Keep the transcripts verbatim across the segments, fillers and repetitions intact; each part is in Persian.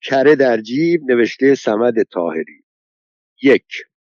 کره در جیب، نوشته صمد طاهری. یک،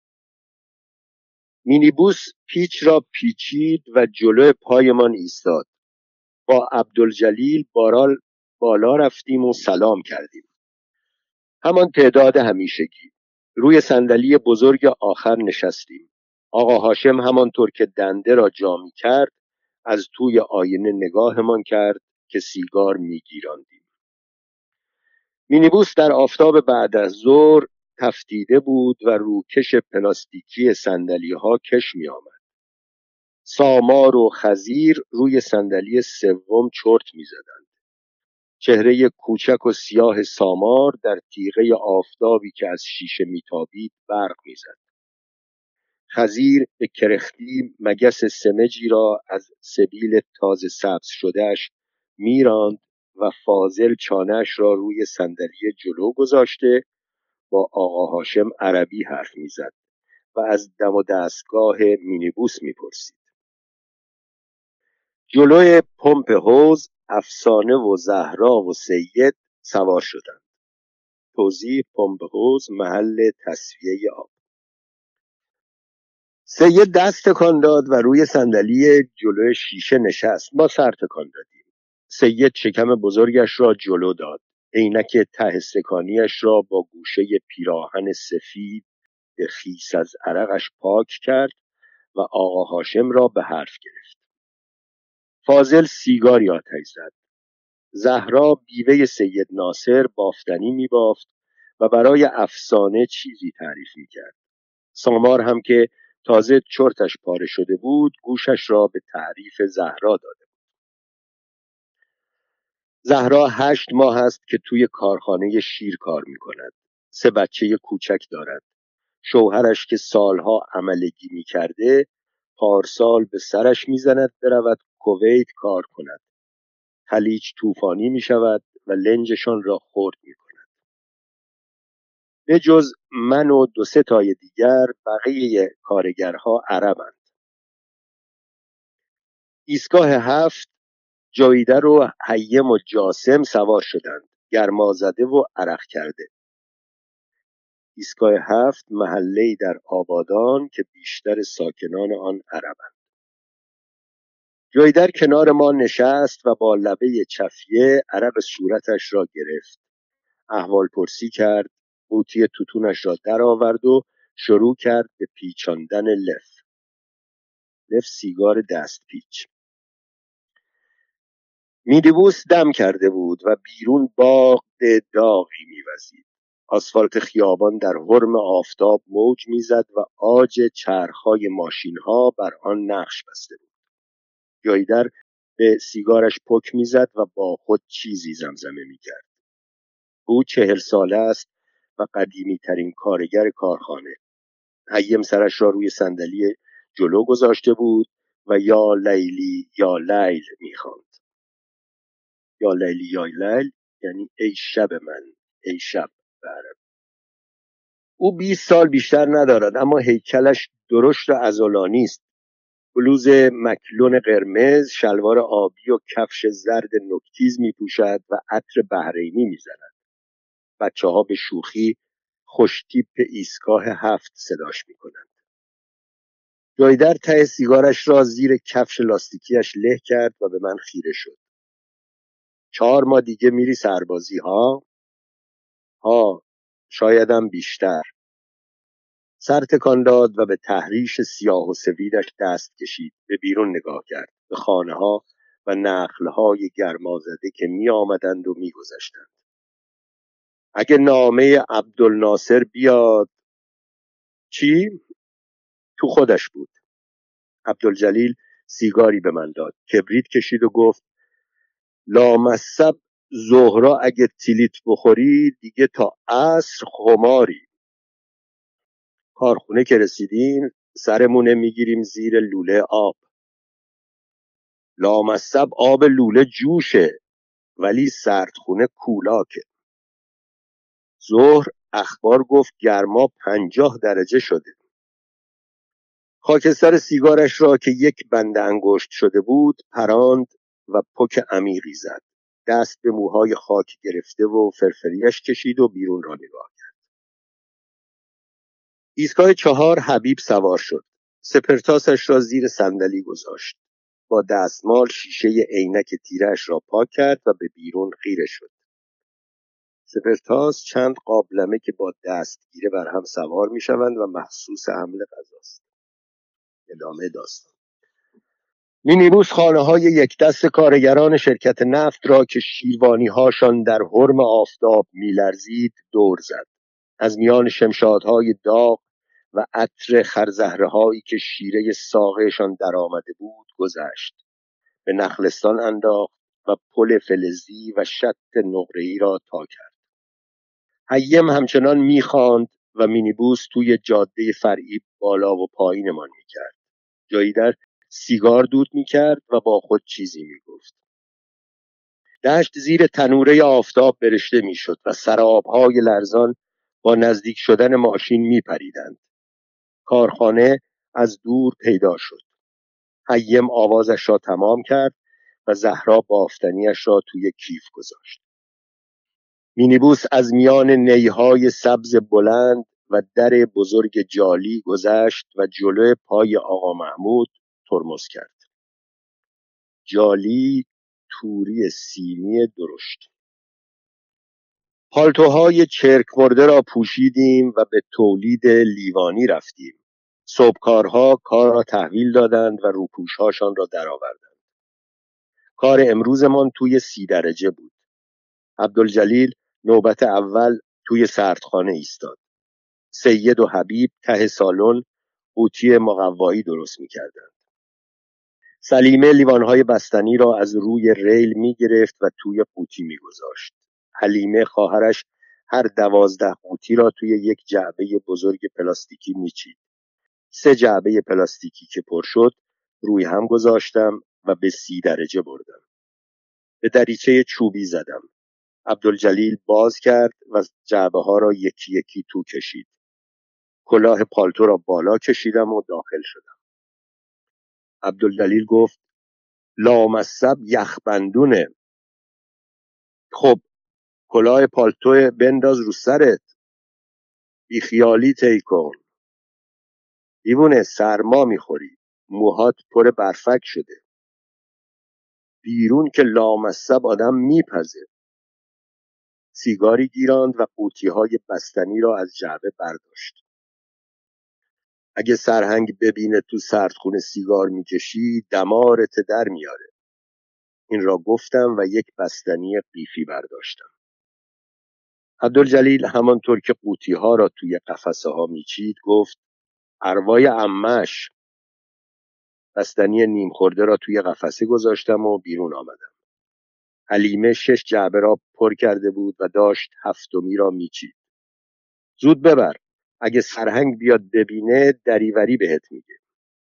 مینیبوس پیچ را پیچید و جلو پایمان ایستاد. با عبدالجلیل بارال بالا رفتیم و سلام کردیم. همان تعداد همیشگی. روی صندلی بزرگ آخر نشستیم. آقا هاشم همانطور که دنده را جا می کرد از توی آینه نگاهمان کرد که سیگار می گیراندیم. مینیبوس در آفتاب بعد از ظهر تفتیده بود و روکش پلاستیکی صندلی ها کش می آمد. سامار و خزیر روی صندلی سوم چرت می زدند. چهره کوچک و سیاه سامار در تیغه آفتابی که از شیشه می تابید برق می زد. خزیر به کرختی مگس سمجی را از سبیل تازه سبز شدهش می راند و فاضل چانه‌اش را روی صندلی جلو گذاشته با آقا هاشم عربی حرف می زد و از دم و دستگاه مینیبوس می پرسید. جلوی پمپ حوض افسانه و زهرا و سید سوار شدند. توضیح: پمپ حوض محل تصفیه آب. سید دست تکان داد و روی صندلی جلوی شیشه نشست. ما سر تکان دادیم. سید شکم بزرگش را جلو داد. عینک ته استکانیش را با گوشه پیراهن سفید خیس از عرقش پاک کرد و آقا هاشم را به حرف گرفت. فاضل سیگاری آتش زد. زهرا بیوه سید ناصر بافتنی می بافت و برای افسانه چیزی تعریف می کرد. سامار هم که تازه چرتش پاره شده بود گوشش را به تعریف زهرا داده بود. زهرا هشت ماه است که توی کارخانه شیر کار می کند. سه بچه کوچک دارد. شوهرش که سالها عملگی می کرده پارسال به سرش می زند برود کویت کار کند. خلیج طوفانی می شود و لنجشان را خرد می کند. به جز من و دو سه تای دیگر بقیه کارگرها عربند. ایستگاه هفت جویدر و حیم و جاسم سوار شدند، گرمازده و عرق کرده. ایستگاه هفت محله‌ای در آبادان که بیشتر ساکنان آن عربند. جویدر کنار ما نشست و با لبه چفیه عرق صورتش را گرفت. احوال پرسی کرد، قوطی توتونش را در آورد و شروع کرد به پیچاندن لف. لف سیگار دست پیچ. مینیبوس دم کرده بود و بیرون باغ داغی می‌وزید. آسفالت خیابان در حرم آفتاب موج می‌زد و عاج چرخ‌های ماشین‌ها بر آن نقش بسته بود. جویدر به سیگارش پک می‌زد و با خود چیزی زمزمه می‌کرد. او چهل ساله است و قدیمی‌ترین کارگر کارخانه. حیم سرش را روی صندلی جلو گذاشته بود و یا لیلی یا لیل می‌خواند. یا لیلی یا لیل یعنی ای شب من، ای شب برم. او بیست سال بیشتر ندارد اما هیکلش درشت و عضلانی است. بلوز مکلون قرمز، شلوار آبی و کفش زرد نوک‌تیز می‌پوشد و عطر بحرینی می‌زند. بچه‌ها به شوخی خوشتیپ ایستگاه هفت صداش می‌کنند. جویدر ته سیگارش را زیر کفش لاستیکیش له کرد و به من خیره شد. چهار ماه دیگه میری سربازی ها؟ ها، شایدم بیشتر. سر تکان داد و به تحریش سیاه و سفیدش دست کشید. به بیرون نگاه کرد، به خانه ها و نخل های گرمازده که می آمدند و می گذشتند. اگه نامه عبدالناصر بیاد. چی؟ تو خودش بود. عبدالجلیل سیگاری به من داد. کبریت کشید و گفت لامصب زهرا اگه تیلیت بخوری دیگه تا عصر خماری. کارخونه که رسیدیم سرمونه میگیریم زیر لوله آب. لامصب آب لوله جوشه ولی سردخونه کولاکه. ظهر اخبار گفت گرما پنجاه درجه شده. خاکستر سیگارش را که یک بند انگشت شده بود پراند و پک عمیقی زد. دست به موهای خاک گرفته و فرفریش کشید و بیرون را نگاه کرد. ایستگاه چهار حبیب سوار شد. سپرتاسش را زیر صندلی گذاشت. با دستمال شیشه عینک تیره‌اش را پاک کرد و به بیرون خیره شد. سپرتاس چند قابلمه که با دستگیره بر هم سوار می شوند و محسوس حمل غذاست. ادامه داستان. مینیبوس خانه های یک دست کارگران شرکت نفت را که شیروانی هاشان در حرم آفتاب می لرزید دور زد. از میان شمشادهای داغ و عطر خرزهره هایی که شیره ساقهشان در آمده بود گذشت. به نخلستان انداخت و پل فلزی و شط نقره‌ای را تا کرد. حیم همچنان می‌خواند و مینیبوس توی جاده فرعی بالا و پایینمان می‌کرد. جایی در سیگار دود می‌کرد و با خود چیزی می‌گفت. دشت زیر تنوره آفتاب برشته می‌شد و سراب‌های لرزان با نزدیک شدن ماشین می‌پریدند. کارخانه از دور پیدا شد. حیم آوازش را تمام کرد و زهرا بافتنیش را توی کیف گذاشت. مینیبوس از میان نیهای سبز بلند و در بزرگ جالی گذشت و جلو پای آقا محمود ترمز کرد. جالی توری سیمی درشت. پالتوهای چرک مرده را پوشیدیم و به تولید لیوانی رفتیم. صبحکارها کار را تحویل دادند و روپوشهاشان را درآوردند. کار امروزمان توی سی درجه بود. عبدالجلیل نوبت اول توی سردخانه ایستاد. سید و حبیب ته سالن قوطی مقوایی درست می‌کردند. سلیمه لیوانهای بستنی را از روی ریل می‌گرفت و توی قوطی می‌گذاشت. حلیمه خواهرش هر دوازده قوطی را توی یک جعبه بزرگ پلاستیکی می‌چید. سه جعبه پلاستیکی که پر شد روی هم گذاشتم و به سی درجه بردم. به دریچه چوبی زدم. عبدالجلیل باز کرد و جعبه ها را یکی یکی تو کشید. کلاه پالتو را بالا کشیدم و داخل شدم. عبدالجلیل گفت لامصب یخبندونه. خب کلاه پالتو بنداز رو سرت. بیخیالی طی کن. دیوونه سرما میخوری. موهات پر برفک شده. بیرون که لامصب آدم میپزه. سیگاری گیراند و قوطی های بستنی را از جعبه برداشت. اگه سرهنگ ببینه تو سردخونه سیگار میکشی دمارت در میاره. این را گفتم و یک بستنی قیفی برداشتم. عبدالجلیل همانطور که قوطی ها را توی قفسه ها میچید گفت اروای عمش. بستنی نیم خورده را توی قفسه گذاشتم و بیرون آمدم. حلیمه شش جعبه را پر کرده بود و داشت هفتمی را میچید. زود ببر. اگه سرهنگ بیاد ببینه دریوری بهت میگه.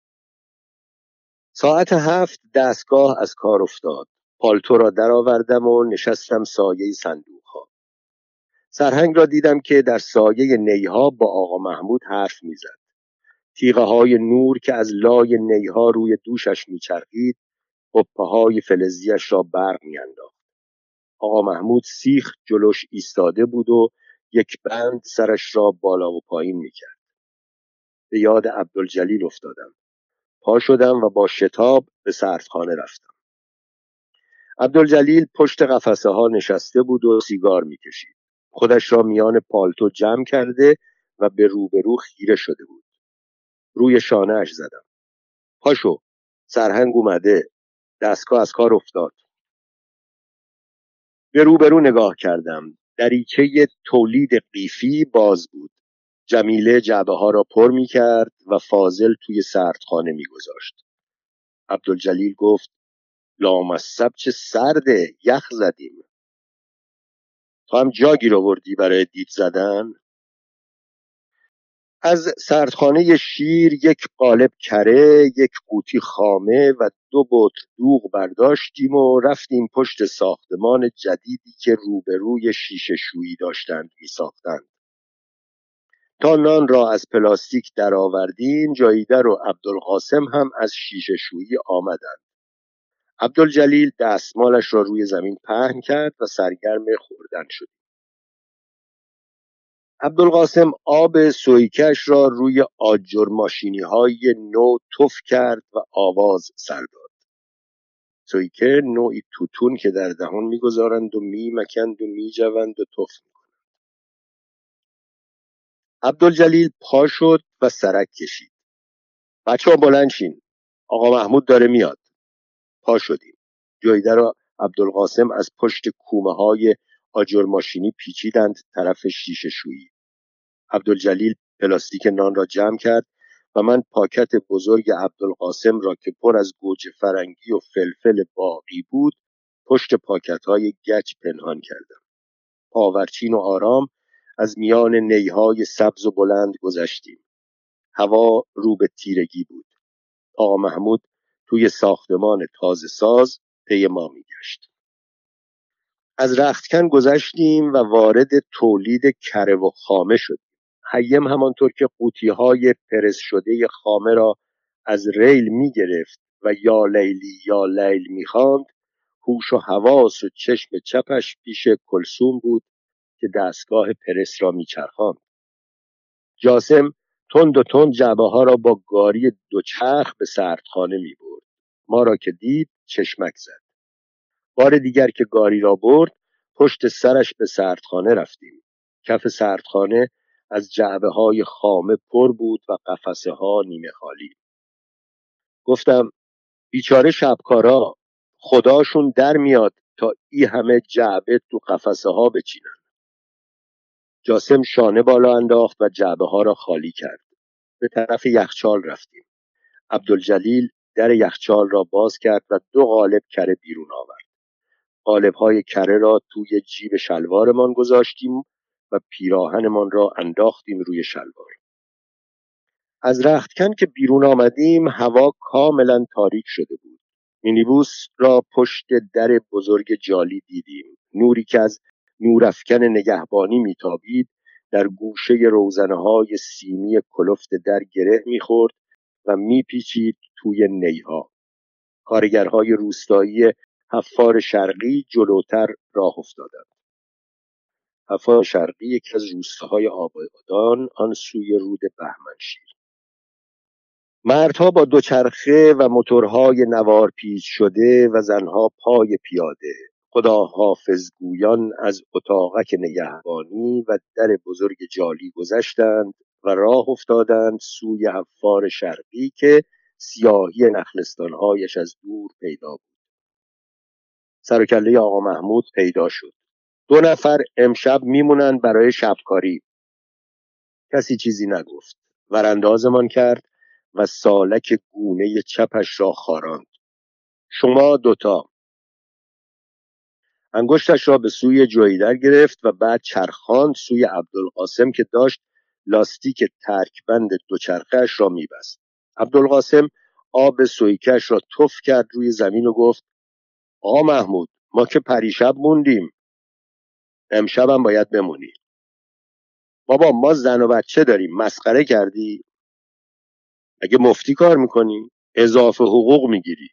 ساعت هفت دستگاه از کار افتاد. پالتو را درآوردم و نشستم سایه صندوق ها. سرهنگ را دیدم که در سایه نیها با آقا محمود حرف میزد. تیغه های نور که از لای نیها روی دوشش میچرخید قبه های فلزیش را برق میانداخت. آقا محمود سیخ جلوش ایستاده بود و یک بند سرش را بالا و پایین میکرد. به یاد عبدالجلیل افتادم. پا شدم و با شتاب به سردخانه رفتم. عبدالجلیل پشت قفسه ها نشسته بود و سیگار میکشید. خودش را میان پالتو جمع کرده و به روبرو خیره شده بود. روی شانه اش زدم. پاشو، سرهنگ اومده. دستگاه از کار افتاد. به روبرو نگاه کردم. دریچه تولید قیفی باز بود. جمیله جعبه ها را پر می کرد و فاضل توی سردخانه می گذاشت. عبدالجلیل گفت لامصب چه سرده، یخ زدیم. تو هم جا گیر آوردی برای دید زدن؟ از سردخانه شیر یک قالب کره، یک قوطی خامه و دو بطر دوغ برداشتیم و رفتیم پشت ساختمان جدیدی که روبروی شیشه شویی داشتند می ساختند. تا نان را از پلاستیک درآوردیم، جاییدر و عبدالقاسم هم از شیشه شویی آمدند. عبدالجلیل دستمالش را روی زمین پهن کرد و سرگرم خوردن شد. عبدالقاسم آب سویکش را روی آجر ماشینی های نو تف کرد و آواز سر داد. سویکه نوعی توتون که در دهان میگذارند و میمکند و میجوند و تف میکنند. عبدالجلیل پا شد و سرک کشید. بچه ها بلند شین، آقا محمود داره میاد. پا شدیم. جایده را عبدالقاسم از پشت کومه های آجر ماشینی پیچیدند طرف شیشه شویی. عبدالجلیل پلاستیک نان را جمع کرد و من پاکت بزرگ عبدالقاسم را که پر از گوجه فرنگی و فلفل باقی بود پشت پاکت های گچ پنهان کردم. پاورچین و آرام از میان نیهای سبز و بلند گذشتیم. هوا رو به تیرگی بود. آقا محمود توی ساختمان تازه ساز پی ما میگشت. از رختکن گذشتیم و وارد تولید کره و خامه شدیم. حیم همانطور که قوطی‌های پرس شده خامه را از ریل می گرفت و یا لیلی یا لیل می خواند، هوش و حواس و چشم چپش پیش کلثوم بود که دستگاه پرس را می چرخاند. جاسم تند و تند جعبه ها را با گاری دوچرخ به سردخانه می برد. ما را که دید چشمک زد. بار دیگر که گاری را برد پشت سرش به سردخانه رفتیم. کف سردخانه از جعبه های خامه پر بود و قفسه ها نیمه خالی. گفتم بیچاره شبکارا، خداشون در میاد تا ای همه جعبه تو قفسه ها بچینن. جاسم شانه بالا انداخت و جعبه ها را خالی کرد. به طرف یخچال رفتیم. عبدالجلیل در یخچال را باز کرد و دو قالب کره بیرون آورد. قالب‌های کره را توی جیب شلوارمان گذاشتیم و پیراهنمان را انداختیم روی شلوار. از رختکن که بیرون آمدیم هوا کاملا تاریک شده بود. مینیبوس را پشت در بزرگ جالی دیدیم. نوری که از نورافکن نگهبانی میتابید در گوشه روزنه‌های سیمی کلفت در گره میخورد و میپیچید توی نیها. کارگرهای روستایی حفار شرقی جلوتر راه افتادند. حفار شرقی یکی از روستاهای آبادان آن سوی رود بهمنشیر. مردها با دوچرخه و موتورهای نوار پیچ شده و زنها پای پیاده خداحافظ گویان از اتاقک نگهبانی و در بزرگ جالی گذشتند و راه افتادند سوی حفار شرقی که سیاهی نخلستانهایش از دور پیدا بود. سر و کله آقا محمود پیدا شد. دو نفر امشب میمونن برای شبکاری. کسی چیزی نگفت. وراندازمان کرد و سالک گونه چپش را خاراند. شما دوتا. انگشتش را به سوی جویدر گرفت و بعد چرخاند سوی عبدالقاسم که داشت لاستیک ترکبند دوچرخه‌اش را میبست. عبدالقاسم آب سویکش را تف کرد روی زمین و گفت آقا محمود ما که پریشب موندیم، امشب هم باید بمونی. بابا ما زن و بچه داریم، مسخره کردی؟ اگه مفتی کار میکنی اضافه حقوق میگیری.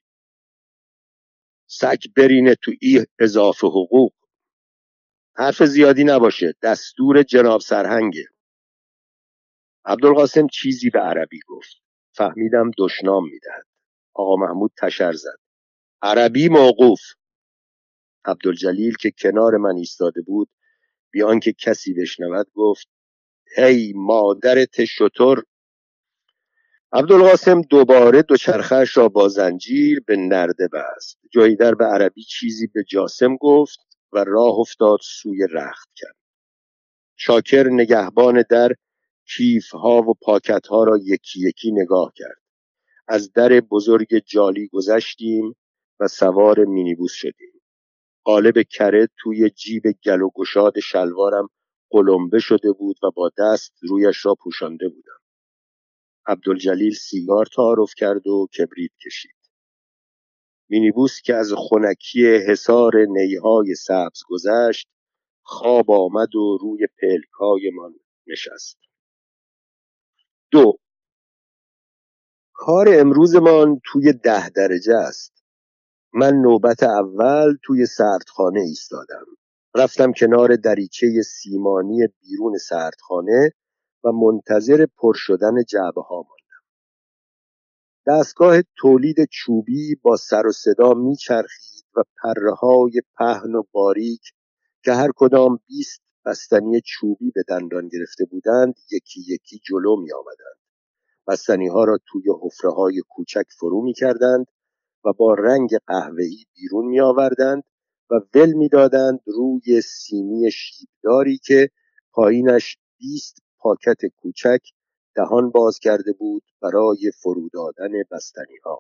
سگ برینه تو ای اضافه حقوق. حرف زیادی نباشه، دستور جناب سرهنگه. عبدالقاسم چیزی به عربی گفت. فهمیدم دشنام میدهد. آقا محمود تشر زد. عربی موقوف. عبدالجلیل که کنار من ایستاده بود بیان که کسی بشنود گفت هی مادرت شتر. عبدالقاسم دوباره دوچرخه‌اش را با زنجیر به نرده بست. جویدر به عربی چیزی به جاسم گفت و راه افتاد سوی رختکن. شاکر نگهبان در کیف‌ها و پاکت‌ها را یکی یکی نگاه کرد. از در بزرگ جالی گذشتیم و سوار مینیبوس شدیم. قالب کره توی جیب گل و گشاد شلوارم قلمبه شده بود و با دست رویش را پوشانده بودم. عبدالجلیل سیگار تعارف کرد و کبریت کشید. مینیبوس که از خنکی حصار نیهای سبز گذشت خواب آمد و روی پلکای من نشست. دو کار امروزمان توی ده درجه است. من نوبت اول توی سردخانه ایستادم. رفتم کنار دریچه سیمانی بیرون سردخانه و منتظر پر شدن جعبه ها ماندم. دستگاه تولید چوبی با سر و صدا میچرخید و پره های پهن و باریک که هر کدام بیست بستنی چوبی به دندان گرفته بودند یکی یکی جلو می آمدند. بستنی ها را توی حفره های کوچک فرو می کردند و با رنگ قهوه‌ای بیرون می آوردند و ول می دادند روی سینی شیبداری که پایینش بیست پاکت کوچک دهان باز کرده بود برای فرو دادن بستنی ها.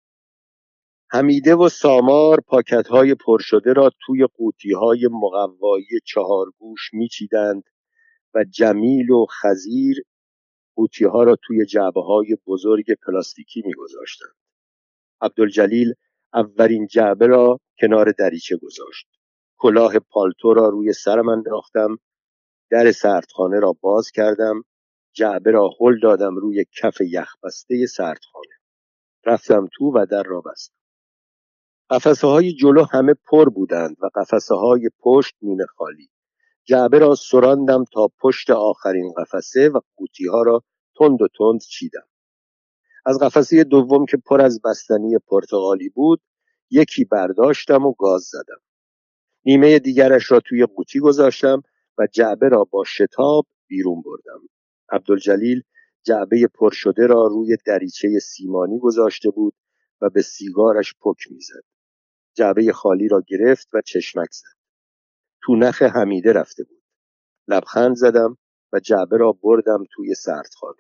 حمیده و سامار پاکت های پر شده را توی قوطی های مقوایی چهارگوش می چیدند و جمیل و خزیر قوطی ها را توی جعبه های بزرگ پلاستیکی می گذاشتند. عبدالجلیل اولین جعبه را کنار دریچه گذاشت. کلاه پالتو را روی سرم انداختم، در سردخانه را باز کردم، جعبه را هل دادم روی کف یخبسته سردخانه. رفتم تو و در را بستم. قفسه های جلو همه پر بودند و قفسه های پشت نیمه خالی. جعبه را سراندم تا پشت آخرین قفسه و قوطی ها را تند و تند چیدم. از قفسه دوم که پر از بستنی پرتقالی بود یکی برداشتم و گاز زدم. نیمه دیگرش را توی قوطی گذاشتم و جعبه را با شتاب بیرون بردم. عبدالجلیل جعبه پر شده را روی دریچه سیمانی گذاشته بود و به سیگارش پک می‌زد. جعبه خالی را گرفت و چشمک زد. تو نخ حمیده رفته بود. لبخند زدم و جعبه را بردم توی سردخانه.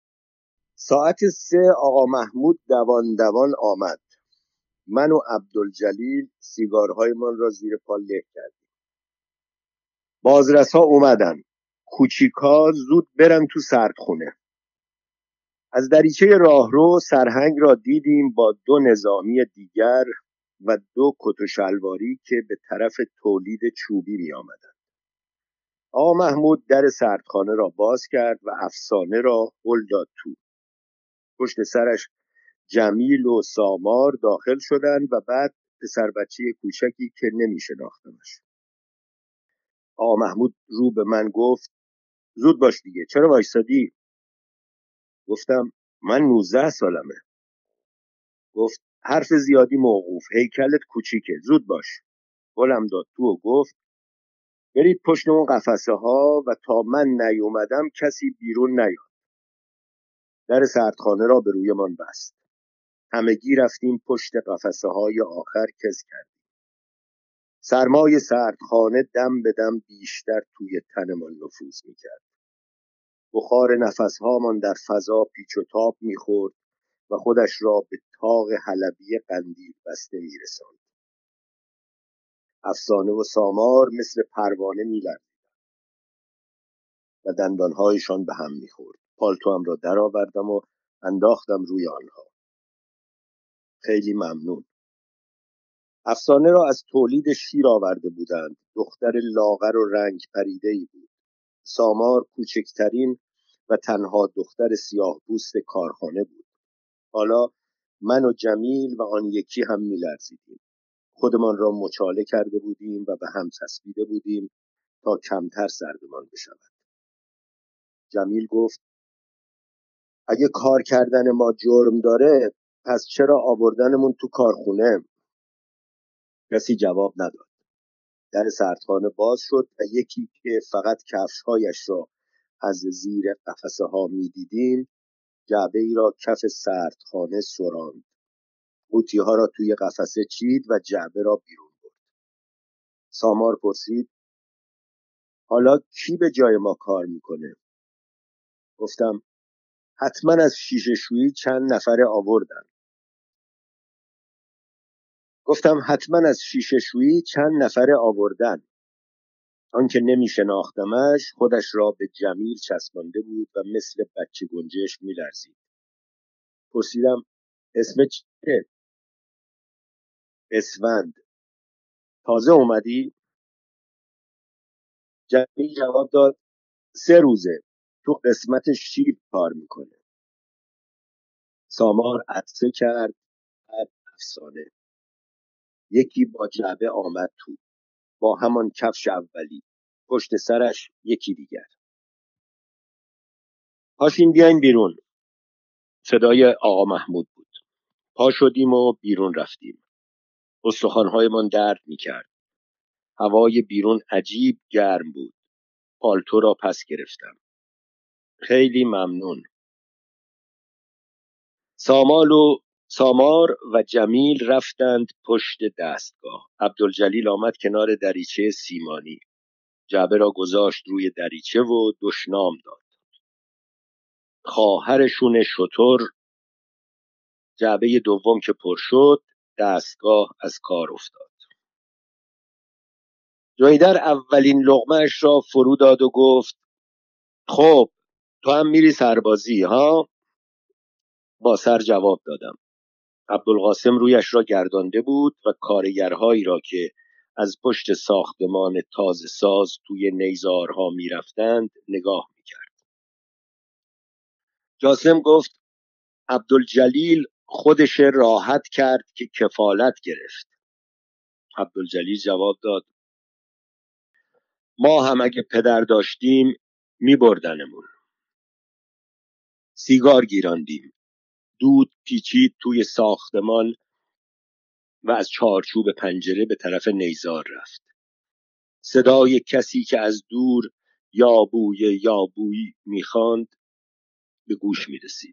ساعت سه آقا محمود دوان دوان آمد. من و عبدالجلیل سیگارهایمان را زیر پا له کردیم. بازرسا اومدن. کوچیکا زود برن تو سردخونه. از دریچه راهرو سرهنگ را دیدیم با دو نظامی دیگر و دو کت و شلواری که به طرف تولید چوبی می آمدن. آقا محمود در سردخانه را باز کرد و افسانه را هل داد تو. پشت سرش جمیل و سامار داخل شدند و بعد پسر بچه کوچکی که نمی شناختمش. آقا محمود رو به من گفت زود باش دیگه، چرا وایسادی؟ گفتم من نوزده سالمه. گفت حرف زیادی موقوف، هیکلت کوچیکه، زود باش. گلم داد تو و گفت برید پشت اون قفسه ها و تا من نیومدم کسی بیرون نیاد. در سردخانه را به روی من بست. همگی رفتیم پشت قفسه های آخر کز کردیم. سرمای سردخانه دم به دم بیشتر توی تنمان نفوذ میکرد. بخار نفسهامان در فضا پیچ و تاب میخورد و خودش را به تاق حلبی قندیل بسته میرساند. افسانه و سامار مثل پروانه میلرزیدند و دندانهایشان به هم میخورد. پالتوام را درآوردم و انداختم روی آنها. خیلی ممنون. افسانه را از تولید شیر آورده بودند. دختر لاغر و رنگ پریده‌ای بود. سامار کوچکترین و تنها دختر سیاه پوست کارخانه بود. حالا من و جمیل و آن یکی هم می‌لرزیدیم. خودمان را مچاله کرده بودیم و به هم چسبیده بودیم تا کمتر سردمان بشود. جمیل گفت اگه کار کردن ما جرم داره پس چرا آوردنمون تو کارخونه؟ کسی جواب نداد. در سردخانه باز شد و یکی که فقط کفش‌هایش را از زیر قفسه ها می دیدیم جعبه ای را کف سردخانه سراند. قوطی ها را توی قفسه چید و جعبه را بیرون برد. سامار پرسید حالا کی به جای ما کار میکنه؟ گفتم حتما از شیشه شویی چند نفر آوردن. گفتم حتما از شیشه شویی چند نفر آوردن. آنکه نمی شناختمش خودش را به جمیل چسبانده بود و مثل بچه گنجش می لرزید. پرسیدم اسم چیه؟ اسفند. تازه اومدی؟ جمیل جواب داد سه روزه تو قسمت شیر کار میکنه. سامار عطسه کرد. بعد افسانه یکی با جعبه آمد تو، با همان کفش اولی، پشت سرش یکی دیگر. پاشین بیاین بیرون. صدای آقا محمود بود. پا شدیم و بیرون رفتیم. استخوان‌هایمان درد می‌کرد. هوای بیرون عجیب گرم بود. پالتو را پس گرفتم. خیلی ممنون. سامال و سامار و جمیل رفتند پشت دستگاه. عبدالجلیل آمد کنار دریچه سیمانی. جعبه را گذاشت روی دریچه و دشنام داد. خواهرشون شتر. جعبه دوم که پر شد دستگاه از کار افتاد. جویدر اولین لقمه‌اش را فرو داد و گفت خب تو هم میری سربازی ها؟ با سر جواب دادم. عبدالقاسم رویش را گردانده بود و کارگرهایی را که از پشت ساختمان تازه ساز توی نیزارها می رفتند نگاه می کرد. جاسم گفت عبدالجلیل خودش راحت کرد که کفالت گرفت. عبدالجلیل جواب داد ما هم اگه پدر داشتیم می بردنمون. سیگار گیراندیم. دود پیچید توی ساختمان و از چارچوب پنجره به طرف نیزار رفت. صدای کسی که از دور یا بوی یا بوی میخواند به گوش میرسید.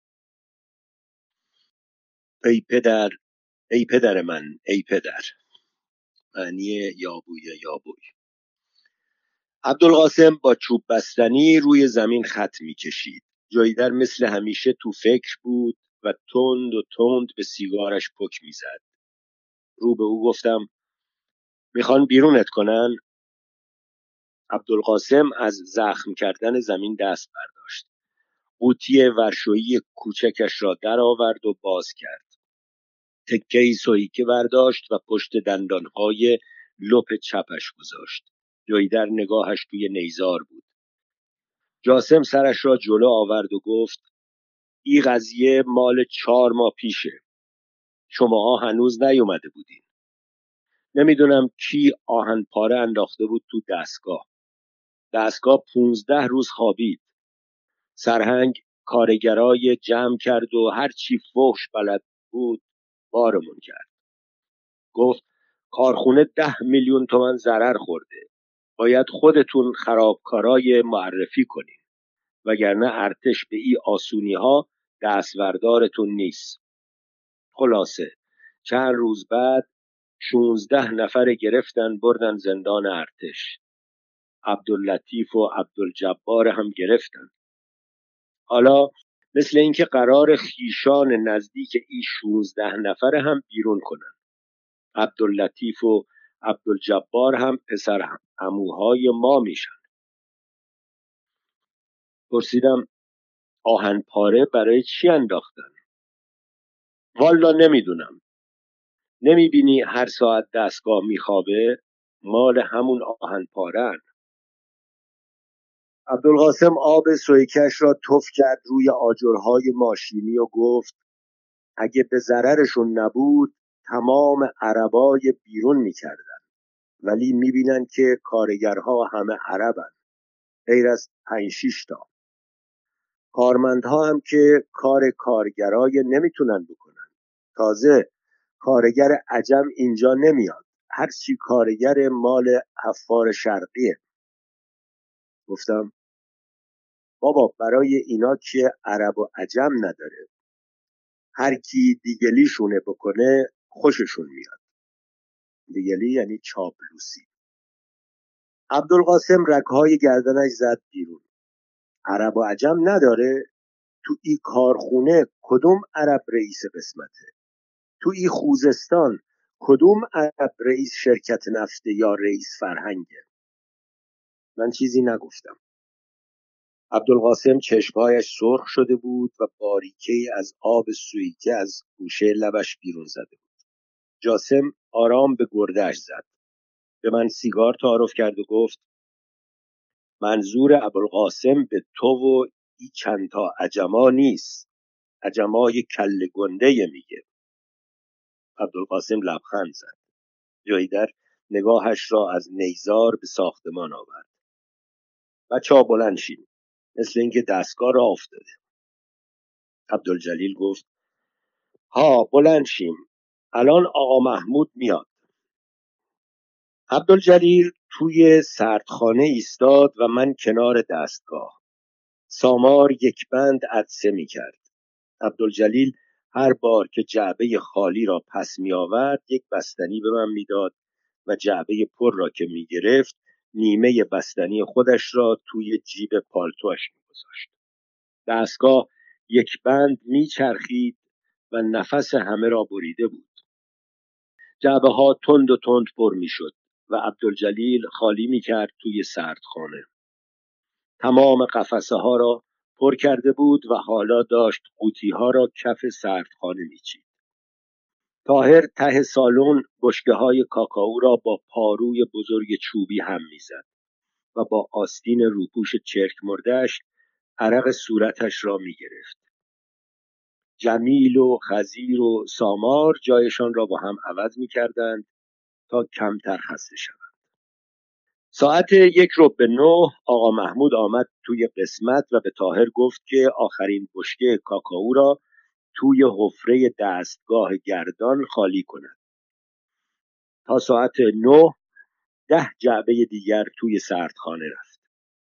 ای پدر، ای پدر من، ای پدر. معنی یا بوی یا بوی. عبدالقاسم با چوب بستنی روی زمین خط میکشید. جویدر مثل همیشه تو فکر بود و تند و تند به سیگارش پک میزد. رو به او گفتم میخوان بیرونت کنن؟ عبدالقاسم از زخم کردن زمین دست برداشت. قوطی ورشویی کوچکش را در آورد و باز کرد. تکه‌ای سویکه برداشت و پشت دندانهای لپ چپش گذاشت. جویدر نگاهش توی نیزار بود. جاسم سرش را جلو آورد و گفت این قضیه مال چهار ماه پیشه. شماها هنوز نیومده بودین. نمیدونم کی آهن پاره انداخته بود تو دستگاه. دستگاه پونزده روز خوابید. سرهنگ کارگرای جمع کرد و هر چی فحش بلد بود بارمون کرد. گفت کارخونه ده میلیون تومان ضرر خورده. باید خودتون خرابکارای معرفی کنین وگرنه ارتش به این آسونی ها دستوردارتون نیست. خلاصه چند روز بعد شونزده نفر گرفتن بردن زندان ارتش. عبداللطیف و عبدالجبار هم گرفتن. حالا مثل اینکه قرار خیشان نزدیک این شونزده نفر هم بیرون کنن. عبداللطیف و عبدالجبار هم پسر عموهای ما میشن. پرسیدم آهن پاره برای چی انداختن؟ والا نمیدونم. نمیبینی هر ساعت دستگاه میخوابه؟ مال همون آهن پاره هن. عبدالقاسم آب سویکش را تف کرد روی آجرهای ماشینی و گفت اگه به ضررشون نبود تمام عربای بیرون میکردن، ولی میبینن که کارگرها همه عربن غیر از پنج شیش تا. کارمندها هم که کار کارگرای نمیتونن بکنن. تازه کارگر عجم اینجا نمیاد. هرچی کارگر مال حفار شرقیه. گفتم بابا برای اینا که عرب و عجم نداره. هر کی دیگلیشونه بکنه خوششون میاد. دیگلی یعنی چاپلوسی. عبدالقاسم رگهای گردنش زد بیرون. عرب و عجم نداره؟ تو ای کارخونه کدوم عرب رئیس قسمته؟ تو ای خوزستان کدوم عرب رئیس شرکت نفته یا رئیس فرهنگه؟ من چیزی نگفتم. عبدالقاسم چشمهایش سرخ شده بود و باریکه‌ای از آب سویکه از گوشه لبش بیرون زده بود. جاسم آرام به گرده‌اش زد. به من سیگار تعارف کرد و گفت منظور ابوالقاسم به تو و ای چند تا عجما نیست. عجمای کله گنده میگه. عبدالقاسم لبخند زد. جویدر نگاهش را از نیزار به ساختمان آورد. بچه‌ها بلند شید، مثل اینکه دستگاه را افتاده. عبدالجلیل گفت ها بلند شیم، الان آقا محمود میاد. عبدالجلیل توی سردخانه ایستاد و من کنار دستگاه. سامار یک بند عطسه می کرد. عبدالجلیل هر بار که جعبه خالی را پس می آورد یک بستنی به من می داد و جعبه پر را که می گرفت نیمه بستنی خودش را توی جیب پالتوش می گذاشت. دستگاه یک بند می چرخید و نفس همه را بریده بود. جعبه ها تند و تند پر می شد و عبدالجلیل خالی می کرد توی سردخانه. تمام قفسه ها را پر کرده بود و حالا داشت قوطی ها را کف سردخانه می چید. طاهر ته سالن بشکه های کاکائو را با پاروی بزرگ چوبی هم می زد و با آستین روپوش چرک مرده‌اش عرق صورتش را می گرفت. جمیل و خضیر و سامار جایشان را با هم عوض می کردند تا کمتر خسته شوند. ساعت یک رو به نه آقا محمود آمد توی قسمت و به طاهر گفت که آخرین بشکه کاکائو را توی حفره دستگاه گردان خالی کند. تا ساعت نه ده جعبه دیگر توی سردخانه رفت.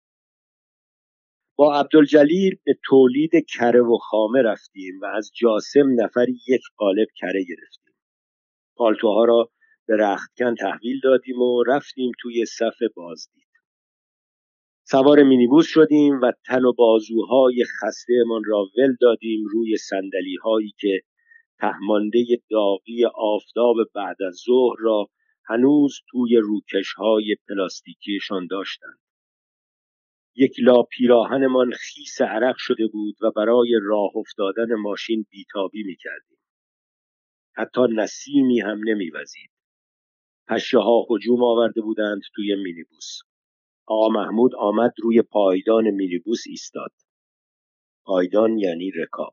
با عبدالجلیل به تولید کره و خامه رفتیم و از جاسم نفری یک قالب کره گرفتیم. پالتوها را به رختکن تحویل دادیم و رفتیم توی صف بازدید. سوار مینیبوس شدیم و تن و بازوهای خسته‌مان را ول دادیم روی صندلی‌هایی که تهمانده داغی آفتاب بعد از ظهر را هنوز توی روکش‌های پلاستیکیشان داشتند. یک لا پیراهنمان خیس عرق شده بود و برای راه افتادن ماشین بیتابی می‌کردیم. حتی نسیمی هم نمی‌وزید. پشه‌ها هجوم آورده بودند توی مینیبوس. آقا محمود آمد روی پایدان مینیبوس ایستاد. پایدان یعنی رکاب.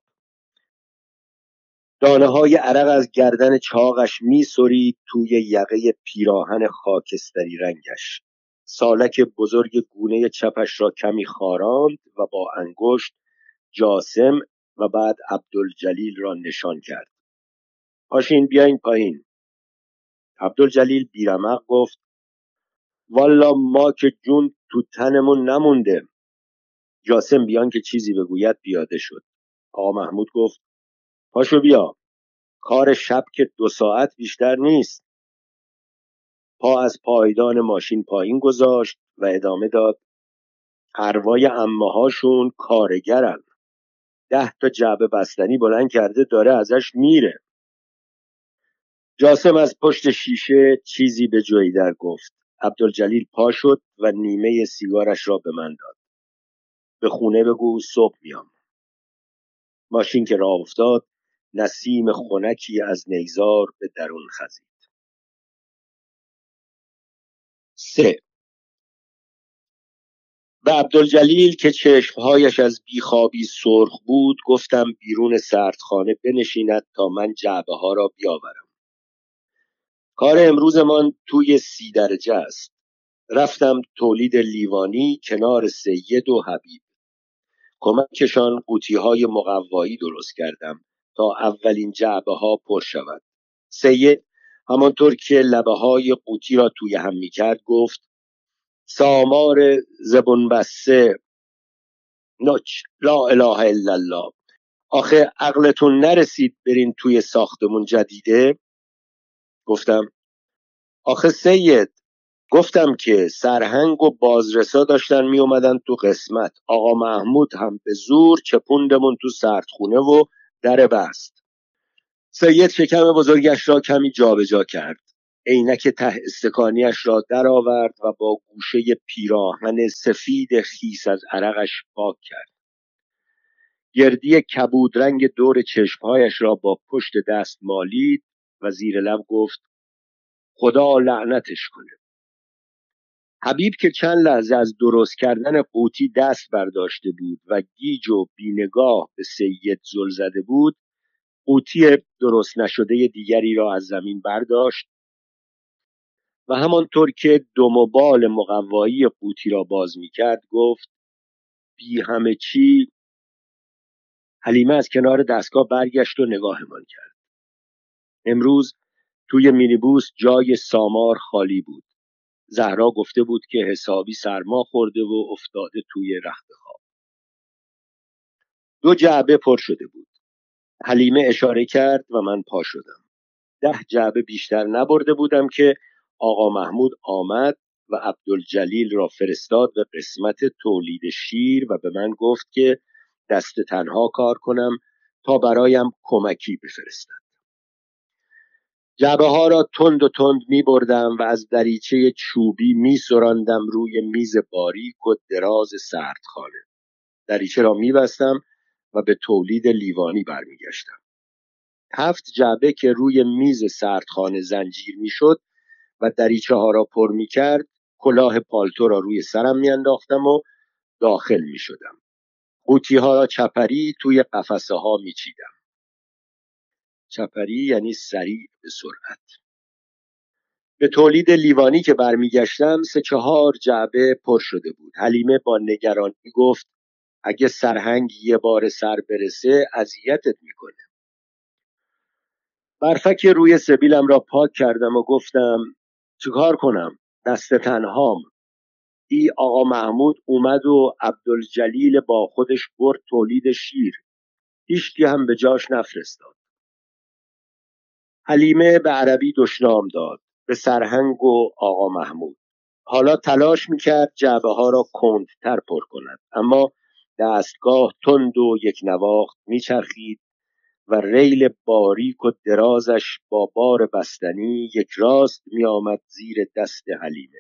دانه های عرق از گردن چاقش می سرید توی یقه پیراهن خاکستری رنگش. سالک بزرگ گونه چپش را کمی خاراند و با انگشت جاسم و بعد عبدالجلیل را نشان کرد. پاشین بیاین پایین. عبدالجلیل بیرمق گفت والا ما که جون تو تنمون نمونده. جاسم بیان که چیزی بگوید پیاده شد. آقا محمود گفت پاشو بیا، کار شب که دو ساعت بیشتر نیست. پا از پایدان ماشین پایین گذاشت و ادامه داد اروای عمه هاشون کارگرن. ده تا جعبه بستنی بلند کرده داره ازش میره. جاسم از پشت شیشه چیزی به جویدر گفت. عبدالجلیل پا شد و نیمه سیگارش را به من داد. به خونه بگو صبح میام. ماشین که راه افتاد نسیم خنکی از نیزار به درون خزید. سه. به عبدالجلیل که چشمهایش از بیخوابی سرخ بود گفتم بیرون سردخانه بنشیند تا من جعبه ها را بیاورم. کار امروزمان توی سی درجه است. رفتم تولید لیوانی کنار سید و حبیب. کمکشان قوطی های مقوایی درست کردم تا اولین جعبه ها پر شود. سید همانطور که لبه های قوطی را توی هم می کرد گفت سامار زبون بسته نوچ لا اله الا الله. آخه عقلتون نرسید برین توی ساختمون جدیده؟ گفتم آخه سید گفتم که سرهنگ و بازرسا داشتن می اومدن تو قسمت. آقا محمود هم به زور چپوندمون تو سردخونه و در بست. سید شکم بزرگش را کمی جابجا کرد. عینک ته استکانیش را در آورد و با گوشه پیراهن سفید خیس از عرقش پاک کرد. گردی کبود رنگ دور چشمهایش را با پشت دست مالید و زیر لب گفت خدا لعنتش کنه. حبیب که چند لحظه از درست کردن قوطی دست برداشته بود و گیج و بینگاه به سید زل زده بود قوطی درست نشده دیگری را از زمین برداشت و همانطور که دم و بال مقوایی قوطی را باز می‌کرد گفت: بی همه چی. حلیمه از کنار دستگاه برگشت و نگاهمان کرد. امروز توی مینیبوس جای سامار خالی بود. زهرا گفته بود که حسابی سرما خورده و افتاده توی رخت خواب. دو جعبه پر شده بود. حلیمه اشاره کرد و من پا شدم. ده جعبه بیشتر نبرده بودم که آقا محمود آمد و عبدالجلیل را فرستاد به قسمت تولید شیر و به من گفت که دست تنها کار کنم تا برایم کمکی بفرستد. جعبه ها را تند و تند می بردم و از دریچه چوبی می سراندم روی میز باریک و دراز سردخانه. دریچه را می بستم و به تولید لیوانی برمی گشتم. هفت جعبه که روی میز سردخانه زنجیر می شد و دریچه ها را پر می کرد، کلاه پالتو را روی سرم می انداختم و داخل می شدم. قوطی ها را چپری توی قفسه ها می چیدم. چپری یعنی سریع به سرعت. به تولید لیوانی که برمی گشتم سه چهار جعبه پر شده بود. حلیمه با نگرانی گفت: اگه سرهنگ یه بار سر برسه اذیتت میکنه. برفک روی سبیلم را پاک کردم و گفتم: چیکار کنم؟ دست تنهام. ای آقا محمود اومد و عبدالجلیل با خودش برد تولید شیر. هیچکی هم به جاش نفرستاد. حلیمه به عربی دشنام داد به سرهنگ و آقا محمود. حالا تلاش میکرد جعبه ها را کندتر پر کند، اما دستگاه تند و یک نواخت میچرخید و ریل باریک و درازش با بار بستنی یک راست میآمد زیر دست حلیمه.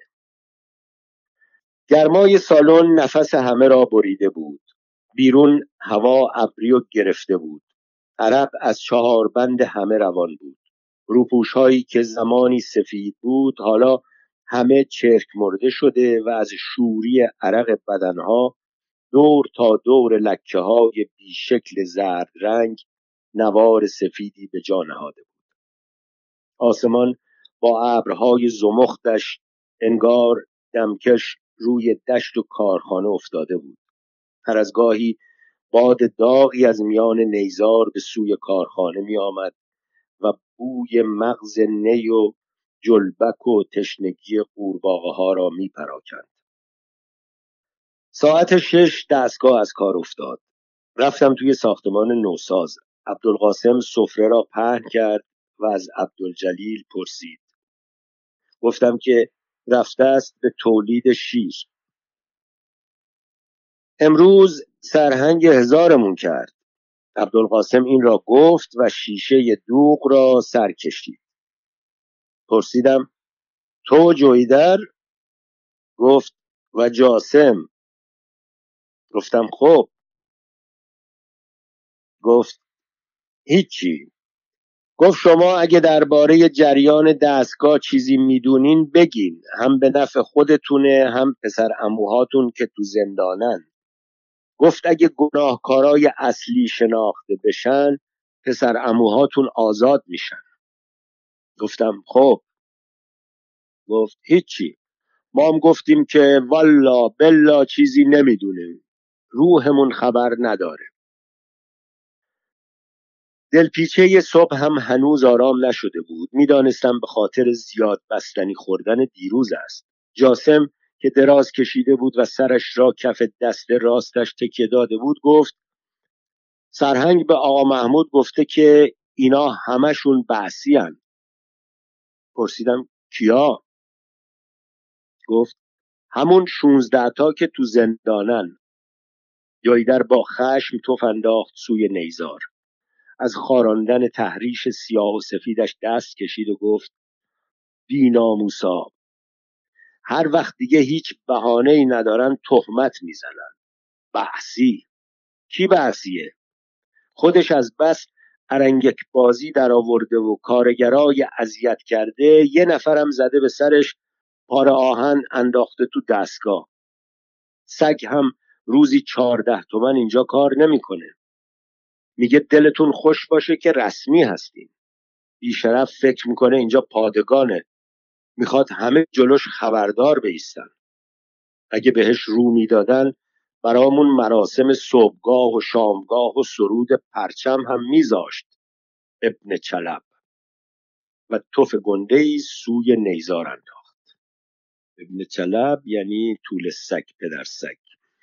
گرمای سالن نفس همه را بریده بود. بیرون هوا ابری و گرفته بود. عرق از چهار بند همه روان بود. روپوش هایی که زمانی سفید بود حالا همه چرک مرده شده و از شوری عرق بدنها دور تا دور لکه های بیشکل زرد رنگ نوار سفیدی به جا نهاده بود. آسمان با ابرهای زمختش انگار دمکش روی دشت و کارخانه افتاده بود. هر از گاهی باد داغی از میان نیزار به سوی کارخانه می آمد و بوی مغز نی و جلبک و تشنگی قورباغه ها را می پراکند. ساعت شش دستگاه از کار افتاد. رفتم توی ساختمان نوساز. عبدالقاسم سفره را پهن کرد و از عبدالجلیل پرسید. گفتم که رفته است به تولید شیر. امروز سرهنگ هزارمون کرد. عبدالقاسم این را گفت و شیشه دوغ را سر کشید. پرسیدم: تو جویدر؟ گفت: و جاسم. گفتم: خب. گفت: هیچی. گفت شما اگه درباره جریان دستگاه چیزی میدونین بگین، هم به نفع خودتونه هم پسر عموهاتون که تو زندانن. گفت اگه گناهکارای اصلی شناخته بشن پسر عموهاتون آزاد میشن. گفتم: خب. گفت: هیچی. ما هم گفتیم که والا بلا چیزی نمیدونیم، روحمون خبر نداره. دلپیچه صبح هم هنوز آرام نشده بود. میدانستم به خاطر زیاد بستنی خوردن دیروز است. جاسم که دراز کشیده بود و سرش را کف دست راستش تکیه داده بود گفت: سرهنگ به آقا محمود گفته که اینا همشون بعثی هن. پرسیدم: کیا؟ گفت: همون شونزده تا که تو زندانن. جایدر با خشم تف انداخت سوی نیزار. از خاراندن تحریش سیاه و سفیدش دست کشید و گفت: بی ناموسا، هر وقت دیگه هیچ بهانه‌ای ندارن تهمت میزنن. بحثی؟ کی بحثیه؟ خودش از بس ارنگک بازی در آورده و کارگرای اذیت کرده، یه نفرم زده به سرش پاره آهن انداخته تو دستگاه. سگ هم روزی چهارده تومن اینجا کار نمیکنه. میگه دلتون خوش باشه که رسمی هستین. بیشرف فکر میکنه اینجا پادگانه، میخواد همه جلوش خبردار بایستن. اگه بهش رو میدادن برامون مراسم صبحگاه و شامگاه و سرود پرچم هم میذاشت. ابن چلب. و تف گنده‌ای سوی نیزار انداخت. ابن چلب یعنی طول سگ، پدر سگ.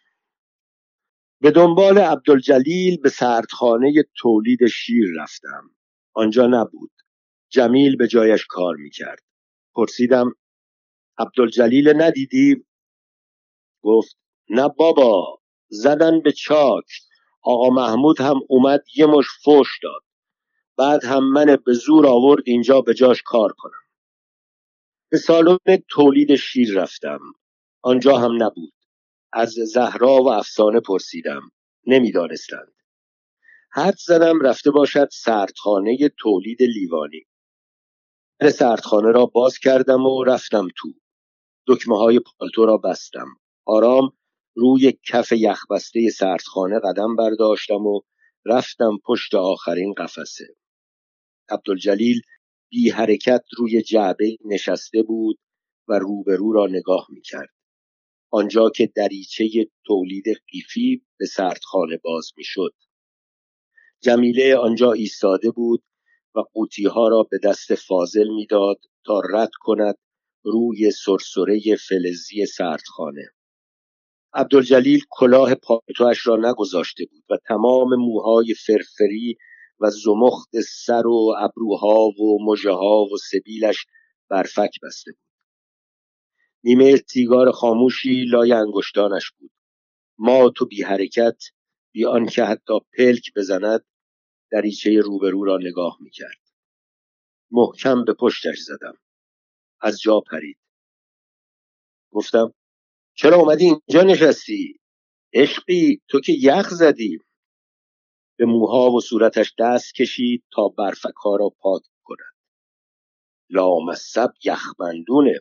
به دنبال عبدالجلیل به سردخانه تولید شیر رفتم. آنجا نبود. جمیل به جایش کار میکرد. پرسیدم عبدالجلیل ندیدی؟ گفت نه بابا، زدن به چاک. آقا محمود هم اومد یه مش فوش داد. بعد هم من به زور آورد اینجا به جاش کار کنم. به سالن تولید شیر رفتم. آنجا هم نبود. از زهرا و افسانه پرسیدم. نمیدانستند. حد زدم رفته باشد سردخانه تولید لیوانی. در سردخانه را باز کردم و رفتم تو. دکمه های پالتو را بستم. آرام روی کف یخبسته سردخانه قدم برداشتم و رفتم پشت آخرین قفسه. عبدالجلیل بی حرکت روی جعبه نشسته بود و روبرو را نگاه میکرد. آنجا که دریچه تولید قیفی به سردخانه باز میشد. جمیله آنجا ایستاده بود و قوطی‌ها را به دست فاضل میداد تا رد کند روی سرسره فلزی سردخانه. عبدالجلیل کلاه پالتوش را نگذاشته بود و تمام موهای فرفری و زمخت سر و ابروها و مژه‌ها و سبیلش برفک بسته بود. نیمه سیگار خاموشی لای انگشتانش بود. مات و بی حرکت، بی آنکه حتی پلک بزند، دریچه روبرو را نگاه میکرد. محکم به پشتش زدم. از جا پرید. گفتم چرا اومدی اینجا نشستی؟ عشقی تو که یخ زدی. به موها و صورتش دست کشید تا برفک‌ها را پاک کند. لامصب یخبندونه.